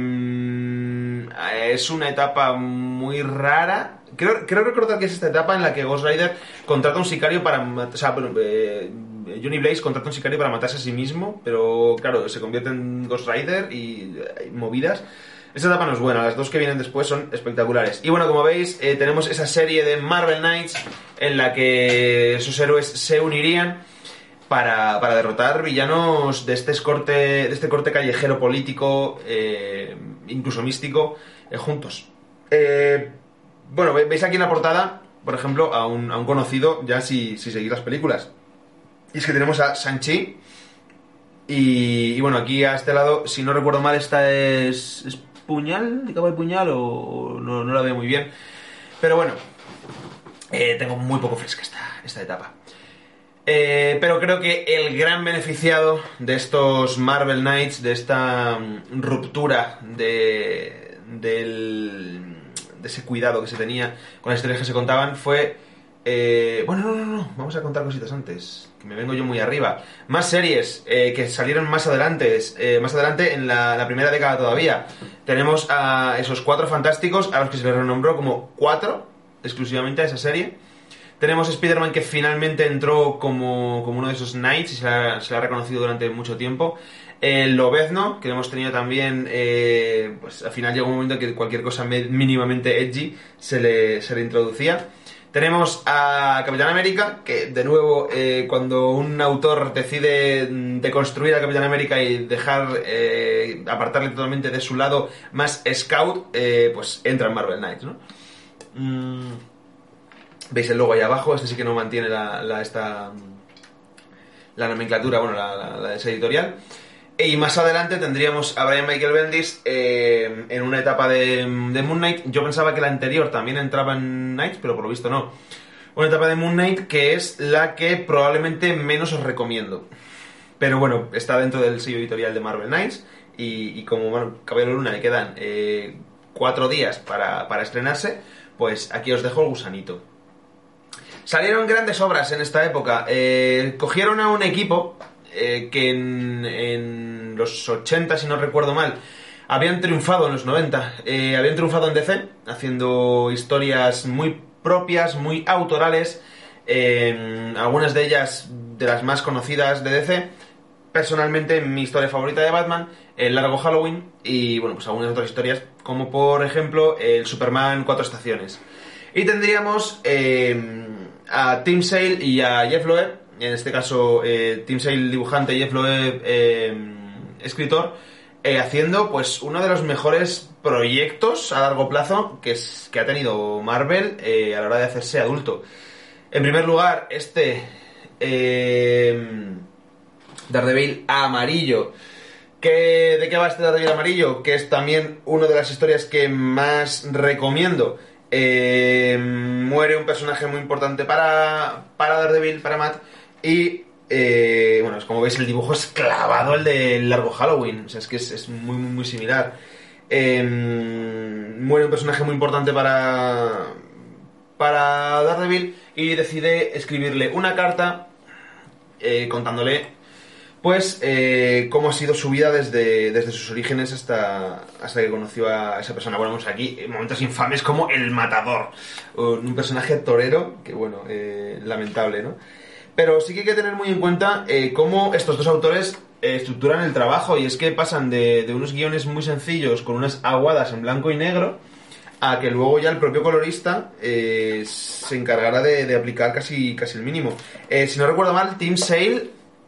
es una etapa muy rara. Creo, creo recordar que es esta etapa en la que Ghost Rider contrata un sicario para... O sea, bueno, eh, Johnny Blaze contrata un sicario para matarse a sí mismo, pero claro, se convierte en Ghost Rider y, y movidas. Esta etapa no es buena, las dos que vienen después son espectaculares. Y bueno, como veis, eh, tenemos esa serie de Marvel Knights en la que sus héroes se unirían para, para derrotar villanos de este corte, de este corte callejero político, eh, incluso místico, eh, juntos. Eh, bueno, veis aquí en la portada, por ejemplo, a un, a un conocido, ya si, si seguís las películas. Y es que tenemos a Shang-Chi. Y, y bueno, aquí a este lado, si no recuerdo mal, esta es... es puñal, de cabo de puñal, o, o no, no la veo muy bien. Pero bueno, eh, tengo muy poco fresca esta, esta etapa. Eh, pero creo que el gran beneficiado de estos Marvel Knights, de esta um, ruptura de, del, de ese cuidado que se tenía con las historias que se contaban, fue... Eh, bueno, no, no, no, vamos a contar cositas antes, que me vengo yo muy arriba. Más series eh, que salieron más adelante, eh, más adelante en la, la primera década todavía. Tenemos a esos Cuatro Fantásticos, a los que se les renombró como Cuatro, exclusivamente a esa serie. Tenemos Spider-Man, que finalmente entró como, como uno de esos Knights y se la, se la ha reconocido durante mucho tiempo. El Lobezno, que hemos tenido también, eh, pues al final llegó un momento en que cualquier cosa mínimamente edgy se le, se le introducía. Tenemos a Capitán América, que de nuevo, eh, cuando un autor decide deconstruir a Capitán América y dejar, eh, apartarle totalmente de su lado más scout, eh, pues entra en Marvel Knights, ¿no? Mm. Veis el logo ahí abajo, este sí que no mantiene la, la, esta, la nomenclatura, bueno, la, la, la de esa editorial. Y más adelante tendríamos a Brian Michael Bendis eh, en una etapa de, de Moon Knight. Yo pensaba que la anterior también entraba en Knights, pero por lo visto no. Una etapa de Moon Knight que es la que probablemente menos os recomiendo. Pero bueno, está dentro del sello editorial de Marvel Knights. Y, y como bueno, Caballero Luna le quedan eh, cuatro días para, para estrenarse, pues aquí os dejo el gusanito. Salieron grandes obras en esta época. Eh, cogieron a un equipo... Eh, que en, en los ochenta, si no recuerdo mal, habían triunfado en los noventa, eh, habían triunfado en D C, haciendo historias muy propias, muy autorales, eh, algunas de ellas de las más conocidas de D C. Personalmente, mi historia favorita de Batman, El Largo Halloween, y bueno, pues algunas otras historias, como por ejemplo el Superman Cuatro Estaciones. Y tendríamos eh, a Tim Sale y a Jeff Loeb, en este caso eh, Tim Sale dibujante y Jeff Loeb eh, escritor, eh, haciendo pues uno de los mejores proyectos a largo plazo que, es, que ha tenido Marvel eh, a la hora de hacerse adulto. En primer lugar, este eh, Daredevil amarillo. ¿Qué, ¿De qué va este Daredevil amarillo? Que es también una de las historias que más recomiendo. Eh, muere un personaje muy importante para, para Daredevil, para Matt. Y, eh, bueno, como veis, el dibujo es clavado al del Largo Halloween. O sea, es que es, es muy, muy, muy similar. Eh, muere un personaje muy importante para, para Daredevil y decide escribirle una carta eh, contándole, pues, eh, cómo ha sido su vida desde, desde sus orígenes hasta, hasta que conoció a esa persona. Bueno, vamos aquí, momentos infames como El Matador. Un personaje torero, que, bueno, eh, lamentable, ¿no? Pero sí que hay que tener muy en cuenta eh, cómo estos dos autores eh, estructuran el trabajo, y es que pasan de, de unos guiones muy sencillos con unas aguadas en blanco y negro a que luego ya el propio colorista eh, se encargará de, de aplicar casi, casi el mínimo. Eh, si no recuerdo mal, Tim Sale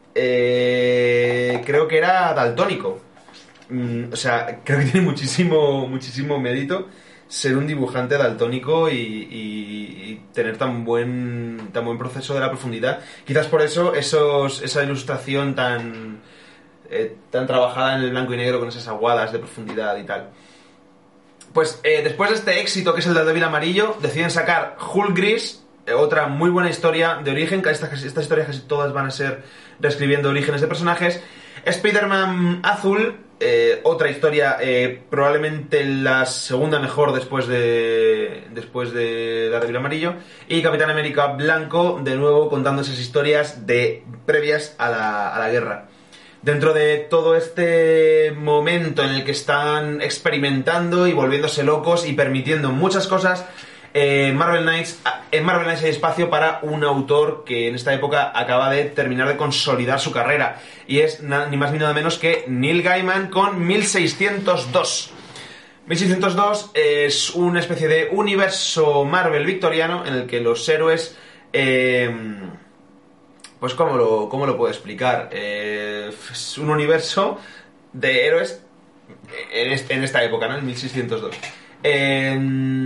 eh, creo que era daltónico. Mm, o sea, creo que tiene muchísimo, muchísimo mérito ser un dibujante daltónico y, y, y tener tan buen tan buen proceso de la profundidad. Quizás por eso esos esa ilustración tan eh, tan trabajada en el blanco y negro con esas aguadas de profundidad y tal. Pues eh, después de este éxito que es el Daredevil amarillo, deciden sacar Hulk gris, eh, otra muy buena historia de origen, que estas, estas historias casi todas van a ser reescribiendo orígenes de personajes. Spider-Man azul eh, otra historia, eh, probablemente la segunda mejor después de después de Daredevil amarillo, y Capitán América blanco, de nuevo contando esas historias de previas a la, a la guerra. Dentro de todo este momento en el que están experimentando y volviéndose locos y permitiendo muchas cosas, eh, Marvel Knights, en Marvel Knights hay espacio para un autor que en esta época acaba de terminar de consolidar su carrera, y es nada, ni más ni nada menos que Neil Gaiman con mil seiscientos dos. mil seiscientos dos es una especie de universo Marvel victoriano en el que los héroes... Eh, Pues ¿cómo lo, cómo lo puedo explicar? Eh, es un universo de héroes en, este, en esta época, ¿no? En mil seiscientos dos. Eh,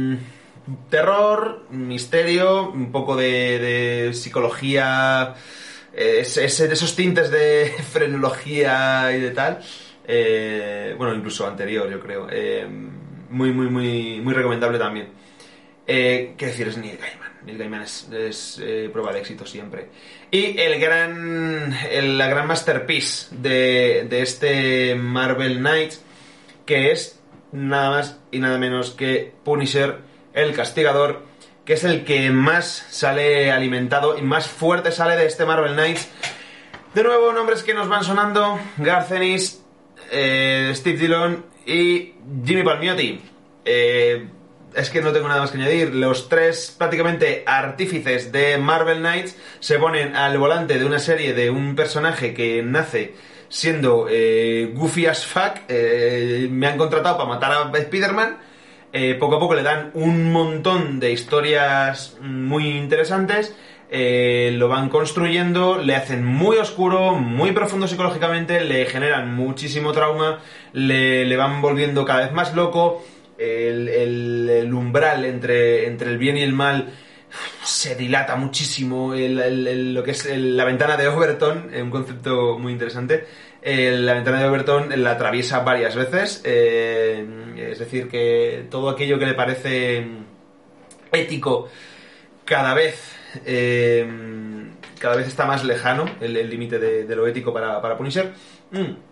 terror, misterio, un poco de, de psicología, eh, ese, ese, esos tintes de frenología y de tal. Eh, bueno, incluso anterior, yo creo. Eh, muy, muy, muy, muy recomendable también. Eh, ¿Qué decir? Es Neil Gaiman. Neil Gaiman es, es eh, prueba de éxito siempre. Y el gran, el, la gran masterpiece de, de este Marvel Knights, que es nada más y nada menos que Punisher, el Castigador, que es el que más sale alimentado y más fuerte sale de este Marvel Knights. De nuevo, nombres que nos van sonando: Garth Ennis, eh, Steve Dillon y Jimmy Palmiotti. Eh... Es que no tengo nada más que añadir. Los tres prácticamente artífices de Marvel Knights se ponen al volante de una serie de un personaje que nace siendo eh, goofy as fuck. Eh, me han contratado para matar a Spider-Man. Eh, poco a poco le dan un montón de historias muy interesantes. Eh, lo van construyendo, le hacen muy oscuro, muy profundo psicológicamente, le generan muchísimo trauma, le, le van volviendo cada vez más loco. El, el, el umbral entre, entre el bien y el mal se dilata muchísimo. El, el, el, lo que es el, la ventana de Overton, un concepto muy interesante. El, la ventana de Overton la atraviesa varias veces. Eh, es decir, que todo aquello que le parece ético cada vez eh, cada vez está más lejano, el límite de, de lo ético para, para Punisher. Mm.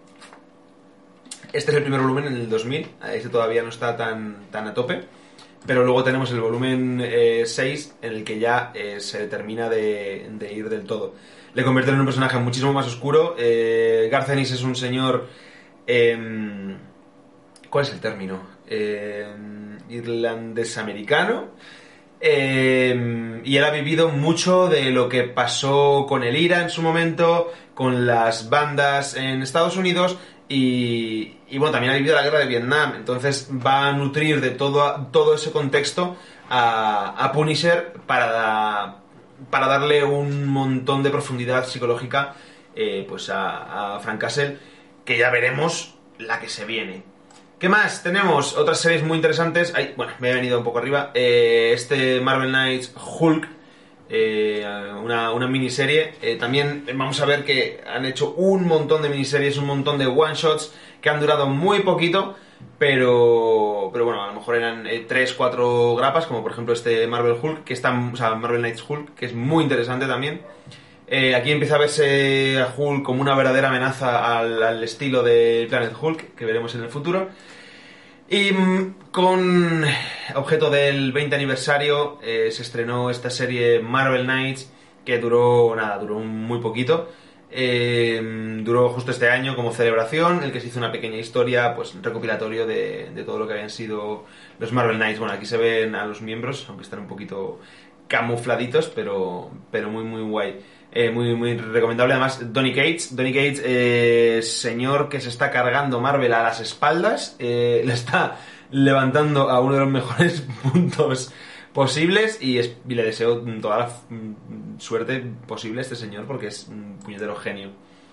Este es el primer volumen en el dos mil, este todavía no está tan, tan a tope, pero luego tenemos el volumen eh, seis, en el que ya eh, se termina de, de ir del todo. Le convierten en un personaje muchísimo más oscuro. eh, Garth Ennis es un señor... Eh, ¿cuál es el término? Eh, irlandés-americano. Eh, y él ha vivido mucho de lo que pasó con el I R A en su momento, con las bandas en Estados Unidos... Y, y bueno, también ha vivido la guerra de Vietnam, entonces va a nutrir de todo, todo ese contexto a, a Punisher para, para darle un montón de profundidad psicológica eh, pues a, a Frank Castle, que ya veremos la que se viene. ¿Qué más? Tenemos otras series muy interesantes. Ay, bueno, me he venido un poco arriba. Eh, este Marvel Knights Hulk. Eh, una, una miniserie. Eh, también vamos a ver que han hecho un montón de miniseries, un montón de one shots que han durado muy poquito, pero pero bueno, a lo mejor eran eh, tres, cuatro grapas, como por ejemplo este Marvel Hulk, que está, o sea, Marvel Knights Hulk, que es muy interesante también. Eh, aquí empieza a verse a Hulk como una verdadera amenaza al, al estilo de Planet Hulk, que veremos en el futuro. Y con objeto del veinte aniversario eh, se estrenó esta serie Marvel Knights, que duró nada, duró muy poquito. Eh, duró justo este año como celebración, en el que se hizo una pequeña historia, pues recopilatorio de, de todo lo que habían sido los Marvel Knights. Bueno, aquí se ven a los miembros, aunque están un poquito camufladitos, pero, pero muy muy guay. Eh, muy muy recomendable. Además, Donny Cates, Donny Cates, eh, señor que se está cargando Marvel a las espaldas, eh, le está levantando a uno de los mejores puntos posibles, y, es, y le deseo toda la suerte posible a este señor, porque es un puñetero genio.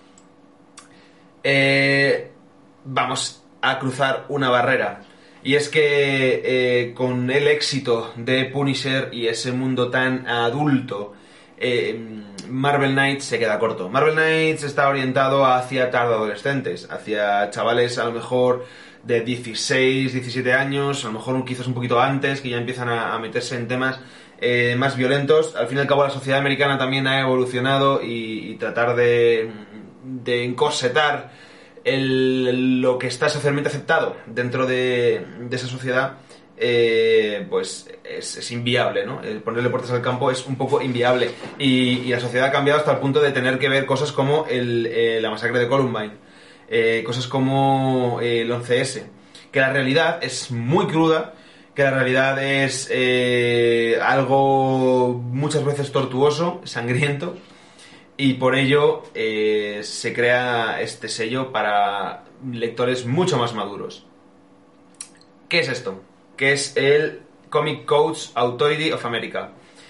Eh, vamos a cruzar una barrera, y es que eh, con el éxito de Punisher y ese mundo tan adulto, eh, Marvel Knights se queda corto. Marvel Knights está orientado hacia tarde adolescentes, hacia chavales a lo mejor de dieciséis, diecisiete años, a lo mejor quizás un poquito antes, que ya empiezan a, a meterse en temas eh, más violentos. Al fin y al cabo, la sociedad americana también ha evolucionado, y, y tratar de, de encorsetar el, lo que está socialmente aceptado dentro de, de esa sociedad, eh, pues es, es inviable, ¿no? El ponerle puertas al campo es un poco inviable. Y, y la sociedad ha cambiado hasta el punto de tener que ver cosas como el, eh, la masacre de Columbine, eh, cosas como eh, el once ese, que la realidad es muy cruda, que la realidad es eh, algo muchas veces tortuoso, sangriento, y por ello eh, se crea este sello para lectores mucho más maduros. ¿Qué es esto? Que es el Comic Codes Authority of America.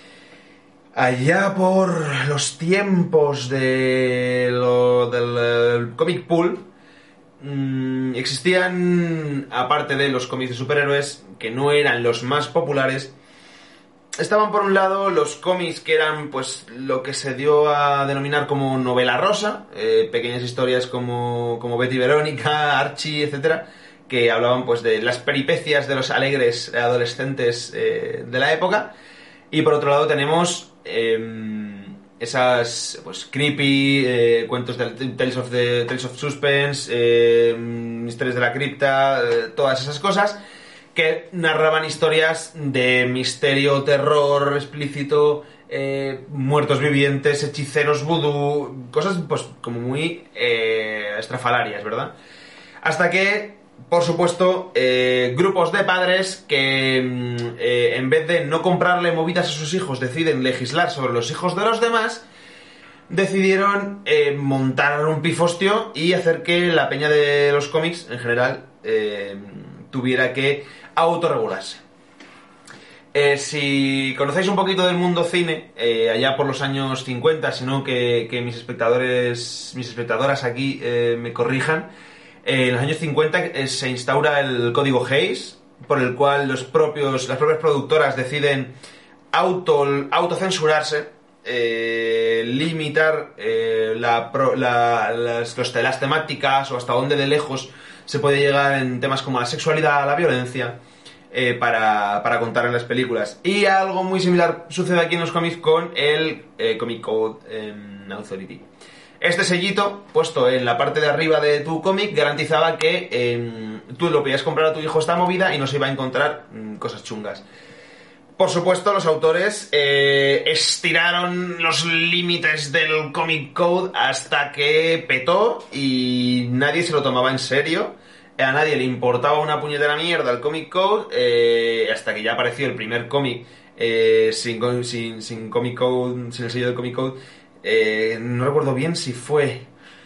Allá por los tiempos de lo, del Comic Pool, mmm, existían, aparte de los cómics de superhéroes, que no eran los más populares, estaban por un lado los cómics que eran pues lo que se dio a denominar como novela rosa, eh, pequeñas historias como, como Betty y Verónica, Archie, etcétera, que hablaban pues de las peripecias de los alegres adolescentes eh, de la época. Y por otro lado tenemos eh, esas pues creepy eh, cuentos de Tales of the Tales of Suspense, eh, Misterios de la Cripta, eh, todas esas cosas que narraban historias de misterio, terror explícito, eh, muertos vivientes, hechiceros vudú, cosas pues como muy eh, estrafalarias, ¿verdad? Hasta que, por supuesto, eh, grupos de padres que eh, en vez de no comprarle movidas a sus hijos deciden legislar sobre los hijos de los demás, decidieron eh, montar un pifostio y hacer que la peña de los cómics en general eh, tuviera que autorregularse. Eh, si conocéis un poquito del mundo cine, eh, allá por los años cincuenta, sino que, que mis espectadores, mis espectadoras aquí eh, me corrijan, eh, en los años cincuenta eh, se instaura el código Hays, por el cual los propios, las propias productoras deciden auto, autocensurarse, eh, limitar eh, la, la, las, los, las temáticas o hasta dónde de lejos se puede llegar en temas como la sexualidad, la violencia, eh, para, para contar en las películas. Y algo muy similar sucede aquí en los cómics con el eh, Comic Code eh, Authority. Este sellito, puesto en la parte de arriba de tu cómic, garantizaba que eh, tú lo podías comprar a tu hijo esta movida y no se iba a encontrar mm, cosas chungas. Por supuesto, los autores eh, estiraron los límites del Comic Code hasta que petó y nadie se lo tomaba en serio. A nadie le importaba una puñetera mierda el Comic Code, eh, hasta que ya apareció el primer cómic eh, sin, sin, sin Comic Code, sin el sello del Comic Code. Eh, no recuerdo bien si fue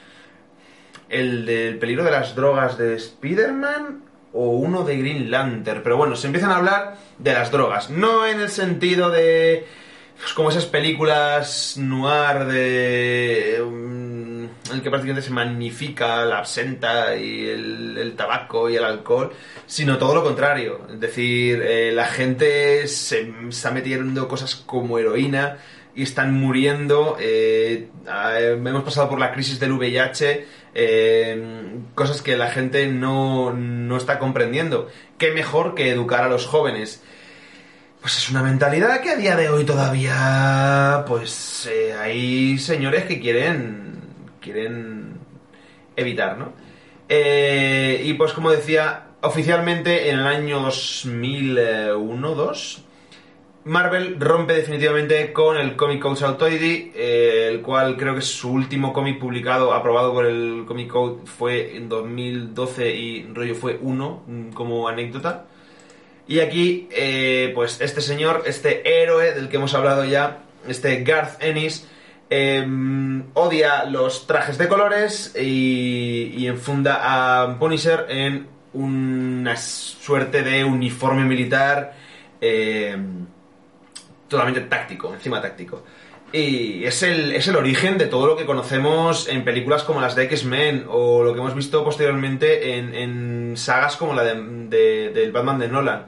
el del peligro de las drogas de Spider-Man o uno de Green Lantern, pero bueno, se empiezan a hablar de las drogas, no en el sentido de pues, como esas películas noir de um, en el que prácticamente se magnifica la absenta y el, el tabaco y el alcohol, sino todo lo contrario, es decir, eh, la gente se está metiendo cosas como heroína y están muriendo, eh, eh, hemos pasado por la crisis del V I H, eh, cosas que la gente no, no está comprendiendo. ¿Qué mejor que educar a los jóvenes? Pues es una mentalidad que a día de hoy todavía, pues eh, hay señores que quieren, quieren evitar, ¿no? Eh, y pues como decía, oficialmente en el año dos mil uno dos Marvel rompe definitivamente con el Comic Codes Authority, eh, el cual creo que su último cómic publicado, aprobado por el Comic Code, fue en dos mil doce y rollo fue uno, como anécdota. Y aquí, eh, pues este señor, este héroe del que hemos hablado ya, este Garth Ennis, eh, odia los trajes de colores y, y enfunda a Punisher en una suerte de uniforme militar eh, totalmente táctico, encima táctico. Y es el, es el origen de todo lo que conocemos en películas como las de X-Men o lo que hemos visto posteriormente en, en sagas como la de, de, del Batman de Nolan.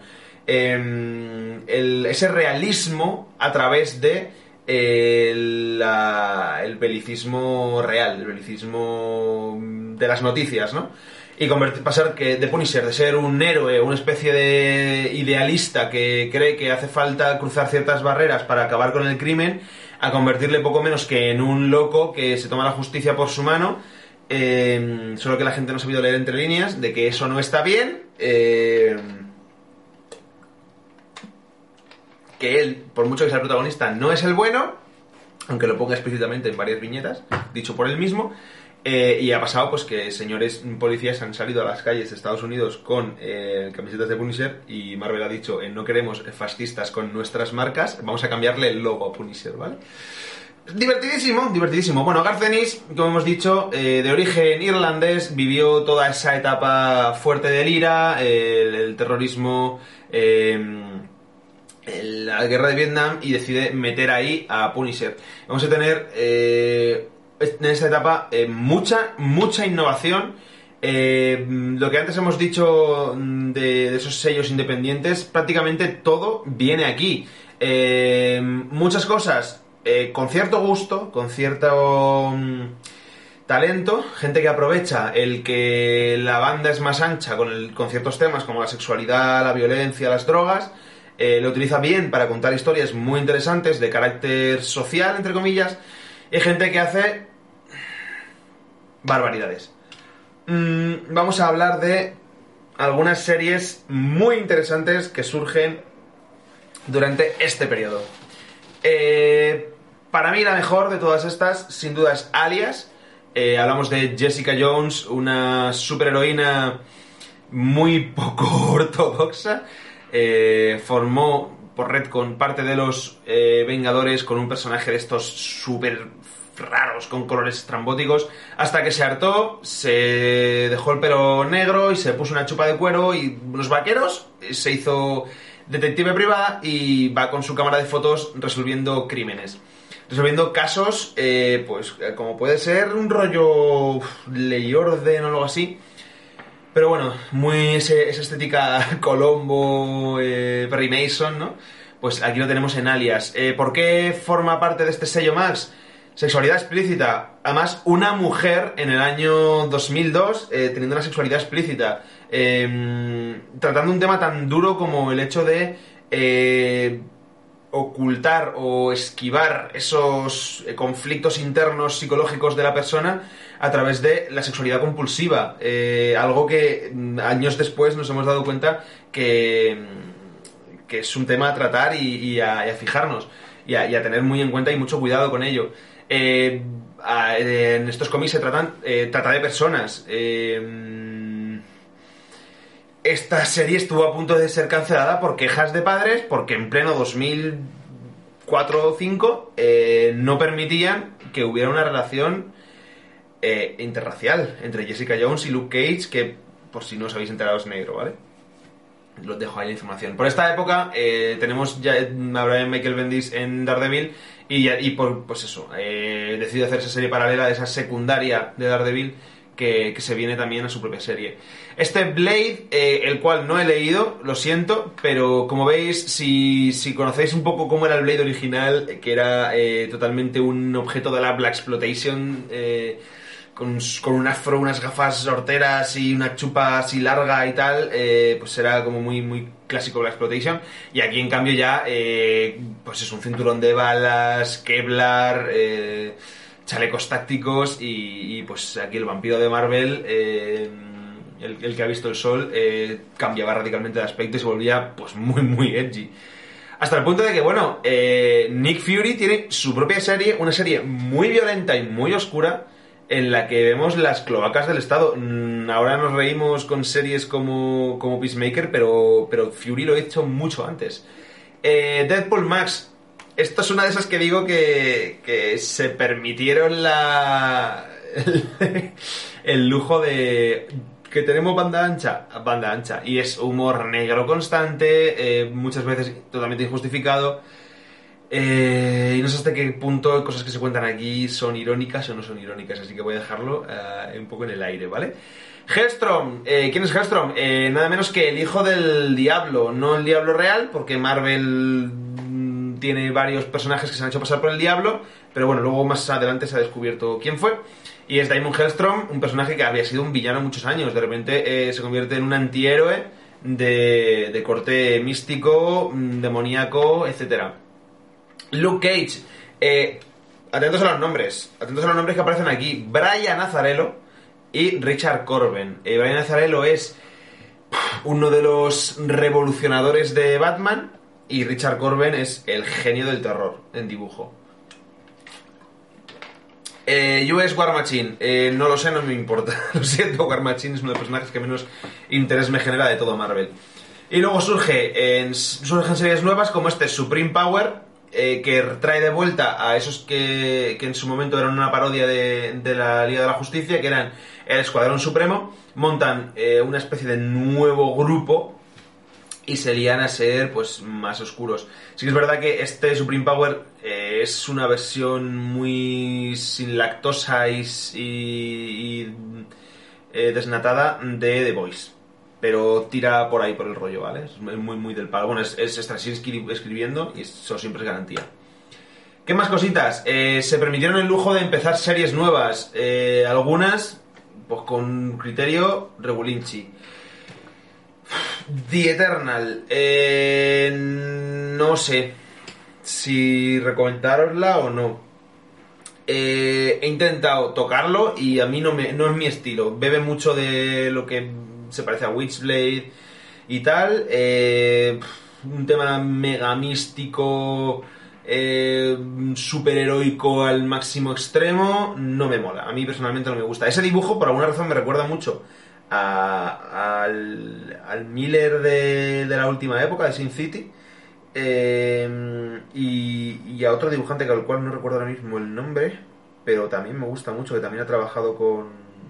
Eh, el, ese realismo a través de eh, la, el belicismo real, el belicismo de las noticias, ¿no? Y convertir, pasar que de Punisher, de ser un héroe, una especie de idealista que cree que hace falta cruzar ciertas barreras para acabar con el crimen, a convertirle poco menos que en un loco que se toma la justicia por su mano eh, solo que la gente no ha sabido leer entre líneas, de que eso no está bien, eh, que él, por mucho que sea el protagonista, no es el bueno, aunque lo ponga explícitamente en varias viñetas, dicho por él mismo. Eh, y ha pasado pues que señores policías han salido a las calles de Estados Unidos con eh, camisetas de Punisher, y Marvel ha dicho, eh, no queremos fascistas con nuestras marcas, vamos a cambiarle el logo a Punisher, ¿vale? Divertidísimo, divertidísimo. Bueno, Garth Ennis, como hemos dicho, eh, de origen irlandés, vivió toda esa etapa fuerte del IRA, el, el terrorismo, eh, el, la guerra de Vietnam, y decide meter ahí a Punisher. Vamos a tener... Eh, en esta etapa eh, mucha, mucha innovación. Eh, lo que antes hemos dicho de, de esos sellos independientes, prácticamente todo viene aquí. Eh, muchas cosas eh, con cierto gusto, con cierto um, talento, gente que aprovecha el que la banda es más ancha con, el, con ciertos temas como la sexualidad, la violencia, las drogas. Eh, lo utiliza bien para contar historias muy interesantes de carácter social, entre comillas. Y gente que hace barbaridades. Mm, vamos a hablar de algunas series muy interesantes que surgen durante este periodo. Eh, para mí la mejor de todas estas, sin duda, es Alias. Eh, hablamos de Jessica Jones, una superheroína muy poco ortodoxa. Eh, formó por retcon parte de los eh, Vengadores con un personaje de estos super raros, con colores estrambóticos, hasta que se hartó, se dejó el pelo negro y se puso una chupa de cuero y unos vaqueros, se hizo detective privada y va con su cámara de fotos resolviendo crímenes, resolviendo casos, eh, pues como puede ser un rollo Ley y Orden o algo así, pero bueno, muy ese, esa estética Colombo, eh, Perry Mason, ¿no? Pues aquí lo tenemos en Alias. Eh, ¿Por qué forma parte de este sello Max? Sexualidad explícita. Además, una mujer en el año dos mil dos eh, teniendo una sexualidad explícita. Eh, tratando un tema tan duro como el hecho de eh, ocultar o esquivar esos eh, conflictos internos psicológicos de la persona a través de la sexualidad compulsiva. Eh, algo que años después nos hemos dado cuenta que, que es un tema a tratar y, y, a, y a fijarnos y a, y a tener muy en cuenta y mucho cuidado con ello. Eh, a, en estos cómics se tratan eh, trata de personas. Eh, esta serie estuvo a punto de ser cancelada por quejas de padres, porque en pleno dos mil cuatro o dos mil cinco eh, no permitían que hubiera una relación eh, interracial entre Jessica Jones y Luke Cage, que por si no os habéis enterado es negro, ¿vale? Los dejo ahí la información. Por esta época eh, tenemos ya a Brian Michael Bendis en Daredevil y, y por, pues eso, eh, decide hacer esa serie paralela de esa secundaria de Daredevil que, que se viene también a su propia serie. Este Blade, eh, el cual no he leído, lo siento, pero como veis, si, si conocéis un poco cómo era el Blade original, que era eh, totalmente un objeto de la Blaxploitation, eh, Con, con un afro, unas gafas horteras y una chupa así larga y tal, eh, pues era como muy muy clásico de la exploitation. Y aquí en cambio ya eh, pues es un cinturón de balas, Kevlar, eh, chalecos tácticos y, y pues aquí el vampiro de Marvel, eh, el, el que ha visto el sol, eh, cambiaba radicalmente de aspecto y se volvía pues muy muy edgy. Hasta el punto de que, bueno, eh, Nick Fury tiene su propia serie, una serie muy violenta y muy oscura, en la que vemos las cloacas del Estado. Ahora nos reímos con series como, como Peacemaker, pero, pero Fury lo he hecho mucho antes. Eh, Deadpool Max. Esto es una de esas que digo que, que se permitieron la el, el lujo de... que tenemos banda ancha, banda ancha. Y es humor negro constante, eh, muchas veces totalmente injustificado. Eh, y no sé hasta qué punto cosas que se cuentan aquí son irónicas o no son irónicas, así que voy a dejarlo uh, un poco en el aire, ¿vale? Hellstrom, eh, ¿quién es Hellstrom? Eh, nada menos que el hijo del diablo, no el diablo real, porque Marvel tiene varios personajes que se han hecho pasar por el diablo, pero bueno, luego más adelante se ha descubierto quién fue. Y es Daimon Hellstrom, un personaje que había sido un villano muchos años, de repente eh, se convierte en un antihéroe de, de corte místico, demoníaco, etcétera. Luke Cage, eh, atentos a los nombres, atentos a los nombres que aparecen aquí. Brian Azzarello, y Richard Corben. Eh, Brian Azzarello es uno de los revolucionadores de Batman y Richard Corben es el genio del terror en dibujo. Eh, U S War Machine, eh, no lo sé, no me importa. Lo siento, War Machine es uno de los personajes que menos interés me genera de todo Marvel. Y luego surge en, surgen series nuevas como este Supreme Power, eh, que trae de vuelta a esos que, que en su momento eran una parodia de, de la Liga de la Justicia, que eran el Escuadrón Supremo. Montan eh, una especie de nuevo grupo y se lían a ser pues más oscuros. Sí que es verdad que este Supreme Power eh, es una versión muy sin lactosa y, y, y eh, desnatada de The Voice, pero tira por ahí por el rollo, ¿vale? Es muy muy del palo. Bueno, es, es Straczynski escribiendo y eso siempre es garantía. ¿Qué más cositas? Eh, se permitieron el lujo de empezar series nuevas, eh, algunas pues con criterio regulinchi. The Eternal, eh, no sé si recomendárosla o no. Eh, he intentado tocarlo y a mí no, me, no es mi estilo. Bebe mucho de lo que se parece a Witchblade y tal. Eh, un tema mega místico, eh, superheroico al máximo extremo, no me mola. A mí personalmente no me gusta. Ese dibujo por alguna razón me recuerda mucho A, al, al Miller de, de la última época, de Sin City, eh, y, y a otro dibujante al cual no recuerdo ahora mismo el nombre, pero también me gusta mucho, que también ha trabajado con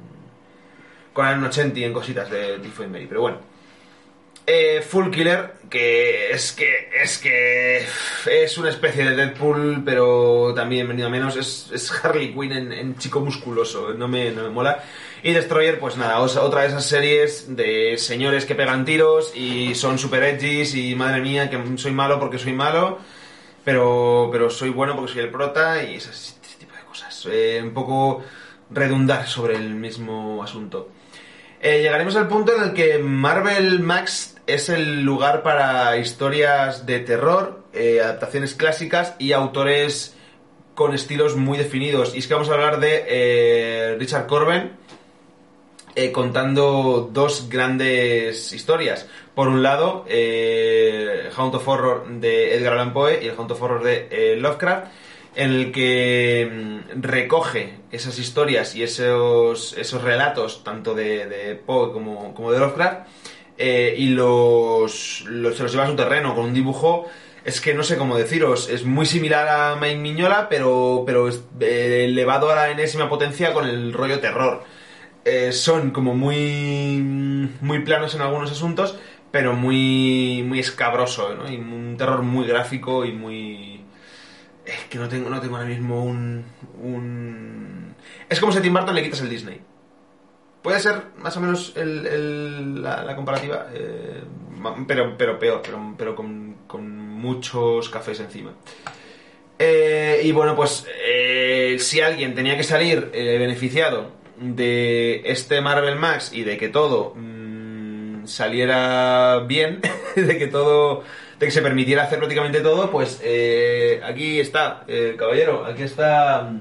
con Alan Nocenti en cositas de Tiffany Mary, pero bueno. Eh, Full Killer, que es que es que es una especie de Deadpool, pero también venido a menos, es, es Harley Quinn en, en chico musculoso, no me, no me mola. Y Destroyer, pues nada, otra de esas series de señores que pegan tiros y son super edgys y madre mía, que soy malo porque soy malo, pero, pero soy bueno porque soy el prota y ese, ese tipo de cosas. Eh, un poco redundar sobre el mismo asunto. Eh, llegaremos al punto en el que Marvel Max es el lugar para historias de terror, eh, adaptaciones clásicas y autores con estilos muy definidos. Y es que vamos a hablar de eh, Richard Corben, eh, contando dos grandes historias. Por un lado, eh, Hound of Horror de Edgar Allan Poe y el Hound of Horror de eh, Lovecraft, en el que recoge esas historias y esos, esos relatos, tanto de, de Poe como, como de Lovecraft, eh, y los, los, se los lleva a su terreno con un dibujo, es que no sé cómo deciros, es muy similar a Mike Mignola, pero, pero es, eh, elevado a la enésima potencia con el rollo terror. Eh, son como muy, muy planos en algunos asuntos, pero muy, muy escabroso, ¿no? Y un terror muy gráfico y muy... Es que no tengo, no tengo ahora mismo un, un... Es como si a Tim Burton le quitas el Disney. Puede ser más o menos el, el, la, la comparativa, eh, pero, pero peor, pero, pero con, con muchos cafés encima. Eh, y bueno, pues eh, si alguien tenía que salir eh, beneficiado de este Marvel Max y de que todo mmm, saliera bien, de que todo... de que se permitiera hacer prácticamente todo, pues eh, aquí está, eh, caballero, aquí está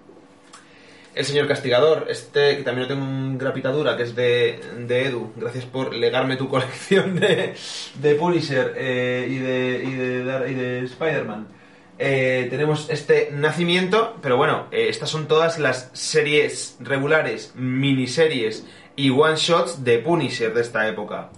el señor Castigador, este que también lo tengo en grapitadura, que es de, de Edu. Gracias por legarme tu colección de, de Punisher eh, y de, y de, y de Spider-Man. Eh, tenemos este Nacimiento, pero bueno, eh, estas son todas las series regulares, miniseries y one-shots de Punisher de esta época.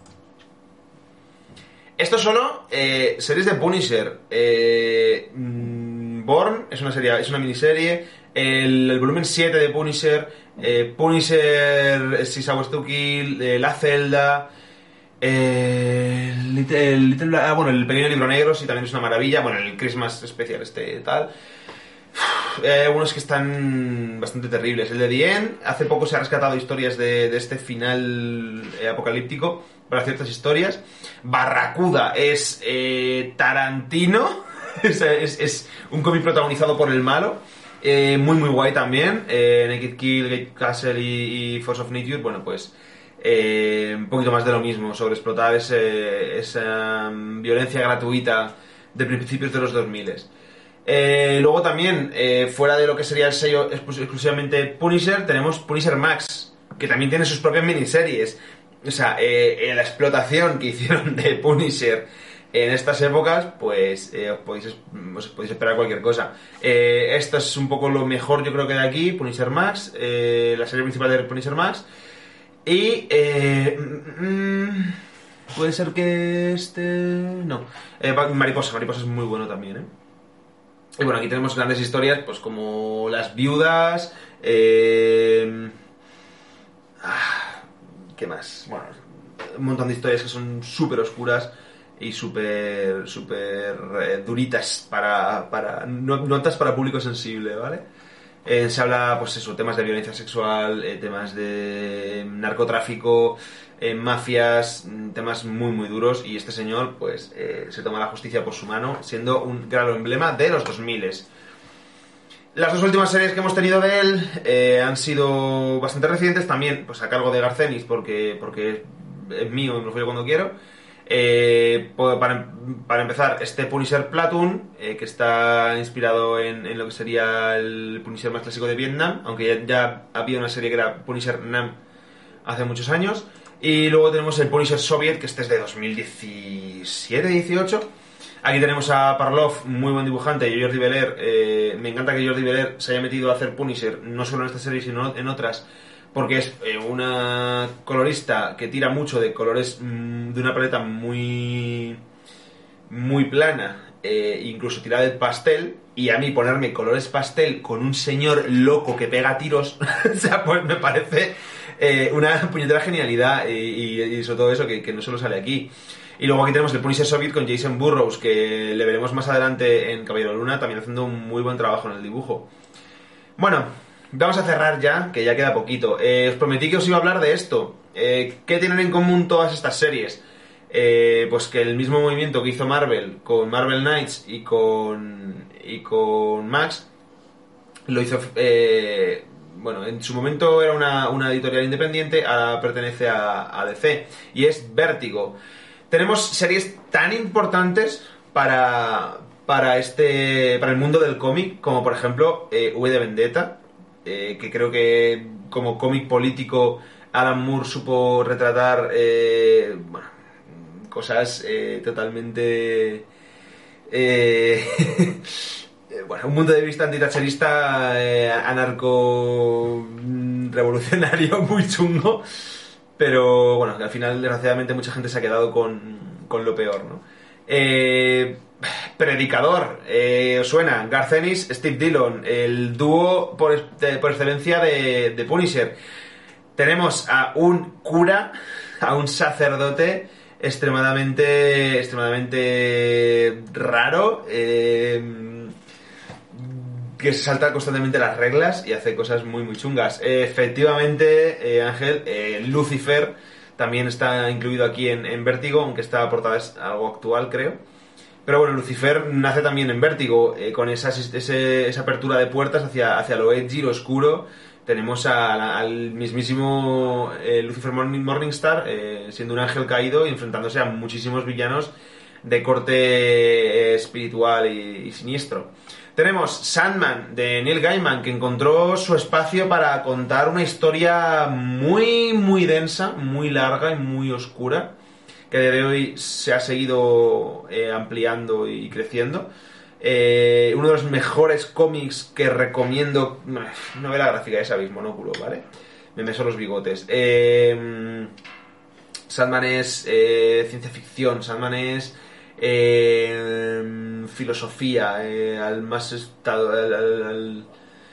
Esto solo, eh, series de Punisher. Eh, Born es una serie, es una miniserie. El, el volumen siete de Punisher. Eh, Punisher, Six Hours to Kill, eh, La Celda. Eh, Little, Little, ah, bueno, el Pequeño Libro Negro, sí, también es una maravilla. Bueno, el Christmas especial este tal. Uf, hay algunos que están bastante terribles. El de The End, hace poco se ha rescatado historias de, de este final eh, apocalíptico para ciertas historias. Barracuda es eh, Tarantino. es, es, es un cómic protagonizado por el malo. Eh, muy muy guay también. eh, Naked Kill, Gate Castle y, y Force of Nature. Bueno, pues eh, un poquito más de lo mismo, sobre explotar ese, esa um, violencia gratuita de principios de los dos mil. Eh, luego también, eh, fuera de lo que sería el sello exclusivamente Punisher, tenemos Punisher Max, que también tiene sus propias miniseries. O sea, eh, eh, la explotación que hicieron de Punisher en estas épocas, pues eh, os, podéis, os podéis esperar cualquier cosa. Eh, esto es un poco lo mejor, yo creo, que de aquí, Punisher Max, eh, la serie principal de Punisher Max. Y eh, mm, puede ser que este... no, eh, Mariposa, Mariposa es muy bueno también, ¿eh? Y bueno, aquí tenemos grandes historias, pues como Las Viudas, eh... ah, ¿qué más? Bueno, un montón de historias que son súper oscuras y súper, súper eh, duritas para, para... notas para público sensible, ¿vale? Eh, se habla, pues eso, temas de violencia sexual, eh, temas de narcotráfico, eh, mafias, temas muy muy duros, y este señor pues eh, se toma la justicia por su mano, siendo un claro emblema de los dos mil. Las dos últimas series que hemos tenido de él eh, han sido bastante recientes, también pues a cargo de Garcenis, porque, porque es mío y me lo follo cuando quiero. Eh, para, para empezar, este Punisher Platoon, eh, que está inspirado en, en lo que sería el Punisher más clásico de Vietnam, aunque ya, ya había una serie que era Punisher Nam hace muchos años. Y luego tenemos el Punisher Soviet, que este es de dos mil diecisiete dieciocho. Aquí tenemos a Parlov, muy buen dibujante, y Jordi Belair. Eh, me encanta que Jordi Belair se haya metido a hacer Punisher, no solo en esta serie, sino en otras, porque es eh, una colorista que tira mucho de colores mmm, de una paleta muy muy plana, eh, incluso tirada de pastel, y a mí ponerme colores pastel con un señor loco que pega tiros, o sea, pues me parece eh, una puñetera genialidad, y, y, y sobre todo eso que, que no solo sale aquí. Y luego aquí tenemos el Punisher Soviet con Jason Burrows, que le veremos más adelante en Caballero Luna, también haciendo un muy buen trabajo en el dibujo. Bueno, vamos a cerrar ya, que ya queda poquito. Eh, os prometí que os iba a hablar de esto. Eh, ¿Qué tienen en común todas estas series? Eh, pues que el mismo movimiento que hizo Marvel con Marvel Knights y con, y con Max, lo hizo... Eh, bueno, en su momento era una, una editorial independiente, ahora pertenece a, a D C, y es Vértigo. Tenemos series tan importantes para, para, este, para el mundo del cómic, como por ejemplo eh, V de Vendetta, eh, que creo que como cómic político Alan Moore supo retratar eh, bueno, cosas eh, totalmente... Eh, bueno, un punto de vista antitacherista, eh, anarco revolucionario muy chungo. Pero bueno, al final desgraciadamente mucha gente se ha quedado con, con lo peor, ¿no? Eh, predicador, eh, ¿os suena? Garth Ennis, Steve Dillon, el dúo por, de, por excelencia de, de Punisher. Tenemos a un cura, a un sacerdote extremadamente, extremadamente raro, eh, que se salta constantemente las reglas y hace cosas muy muy chungas. Eh, efectivamente, eh, Ángel, eh, Lucifer también está incluido aquí en, en Vértigo, aunque esta portada es algo actual, creo. Pero bueno, Lucifer nace también en Vértigo, eh, con esa, ese, esa apertura de puertas hacia, hacia lo edgy, lo oscuro. Tenemos a, al mismísimo eh, Lucifer Morningstar, eh, siendo un ángel caído y enfrentándose a muchísimos villanos de corte eh, espiritual y, y siniestro. Tenemos Sandman, de Neil Gaiman, que encontró su espacio para contar una historia muy, muy densa, muy larga y muy oscura, que a día de hoy se ha seguido eh, ampliando y creciendo. Eh, uno de los mejores cómics que recomiendo... Novela gráfica, ya sabéis, monóculo, ¿vale? Me meso los bigotes. Eh, Sandman es eh, ciencia ficción, Sandman es... Eh, filosofía, eh, al más estado, al, al, al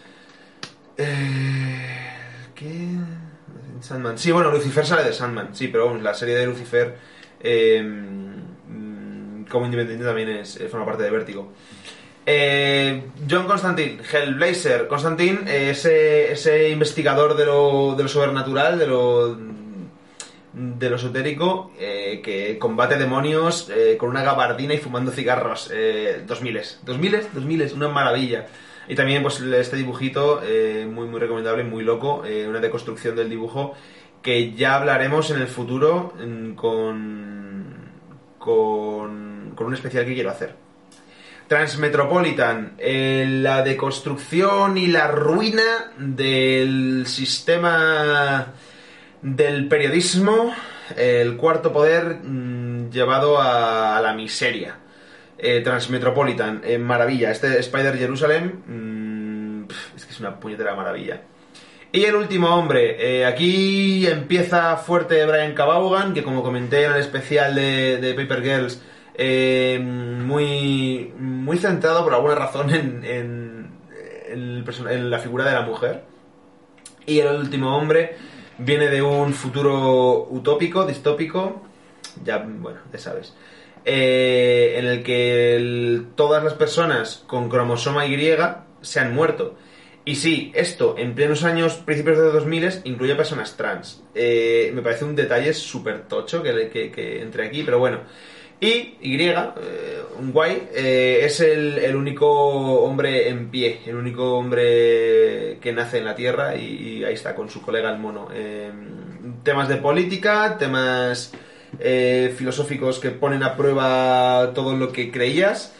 eh, ¿qué? Sandman. Sí, bueno, Lucifer sale de Sandman, sí, pero vamos, la serie de Lucifer eh, como independiente también es, forma parte de Vértigo. Eh, John Constantine, Hellblazer. Constantine, eh, ese, ese investigador de lo, de lo sobrenatural, de lo de lo esotérico, eh, que combate demonios eh, con una gabardina y fumando cigarros. eh, dos miles, dos miles, dos miles, una maravilla. Y también pues este dibujito eh, muy muy recomendable, muy loco, eh, una deconstrucción del dibujo que ya hablaremos en el futuro en, con, con con un especial que quiero hacer. Transmetropolitan, eh, la deconstrucción y la ruina del sistema del periodismo, el cuarto poder mmm, llevado a, a la miseria. Eh, Transmetropolitan, eh, maravilla. Este Spider Jerusalem, mmm, pf, es que es una puñetera maravilla. Y el último hombre, eh, aquí empieza fuerte Brian K. Vaughan, que como comenté en el especial de, de Paper Girls, eh, muy, muy centrado por alguna razón en, en, en, el person- en la figura de la mujer. Y el último hombre viene de un futuro utópico, distópico, ya, bueno, ya sabes, eh, en el que el, todas las personas con cromosoma Y se han muerto. Y sí, esto en plenos años, principios de los dos mil, incluye personas trans. Eh, me parece un detalle súper tocho que, que, que entre aquí, pero bueno. Y Y, eh, un guay, eh, es el, el único hombre en pie, el único hombre que nace en la Tierra y, y ahí está, con su colega el mono. Eh, temas de política, temas eh, filosóficos que ponen a prueba todo lo que creías.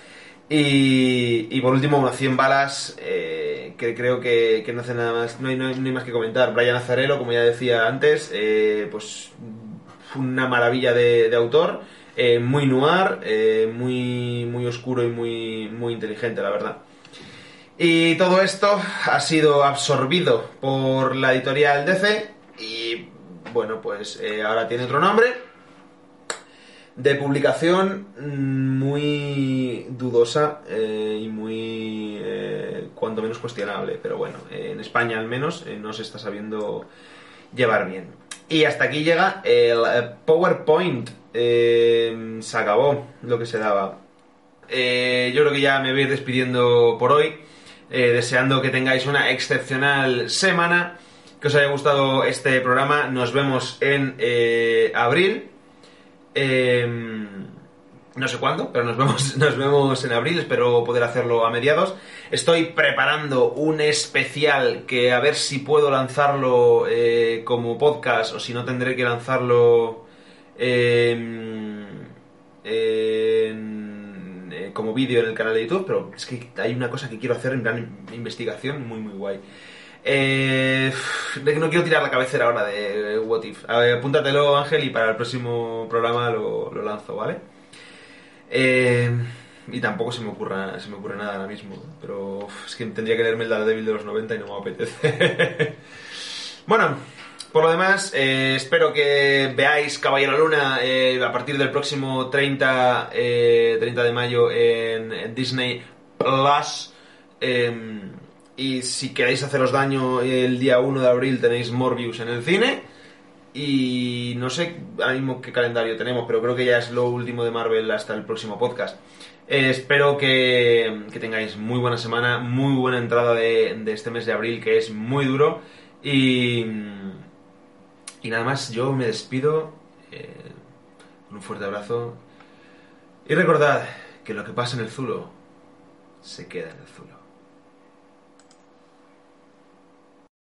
Y, y por último, unas cien balas, eh, que creo que, que no hace nada más, no hay, no hay, no hay más que comentar. Brian Azzarello, como ya decía antes, eh, pues una maravilla de, de autor. Eh, muy noir, eh, muy, muy oscuro y muy, muy inteligente, la verdad. Y todo esto ha sido absorbido por la editorial D C y, bueno, pues eh, ahora tiene otro nombre, de publicación muy dudosa eh, y muy, eh, cuanto menos cuestionable, pero bueno, eh, en España al menos eh, no se está sabiendo llevar bien. Y hasta aquí llega el PowerPoint. Eh, se acabó lo que se daba. Eh, yo creo que ya me voy a ir despidiendo por hoy, eh, deseando que tengáis una excepcional semana, que os haya gustado este programa. Nos vemos en eh, abril. Eh, no sé cuándo, pero nos vemos, nos vemos en abril. Espero poder hacerlo a mediados. Estoy preparando un especial que a ver si puedo lanzarlo eh, como podcast, o si no tendré que lanzarlo eh, en, eh, como vídeo en el canal de YouTube. Pero es que hay una cosa que quiero hacer en plan investigación muy muy guay. Eh, no quiero tirar la cabecera ahora de What If. A ver, apúntatelo, Ángel, y para el próximo programa lo, lo lanzo, ¿vale? Eh, y tampoco se me ocurra, se me ocurre nada ahora mismo, pero uf, es que tendría que leerme el Daredevil de los noventa y no me apetece. Bueno, por lo demás, eh, espero que veáis Caballero Luna eh, a partir del próximo treinta, eh, treinta de mayo en, en Disney Plus. Eh, y si queréis haceros daño, el día uno de abril tenéis Morbius en el cine. Y no sé ahora mismo qué calendario tenemos, pero creo que ya es lo último de Marvel hasta el próximo podcast. Eh, espero que, que tengáis muy buena semana, muy buena entrada de, de este mes de abril, que es muy duro. Y, y nada más, yo me despido eh, con un fuerte abrazo. Y recordad que lo que pasa en el Zulo se queda en el Zulo.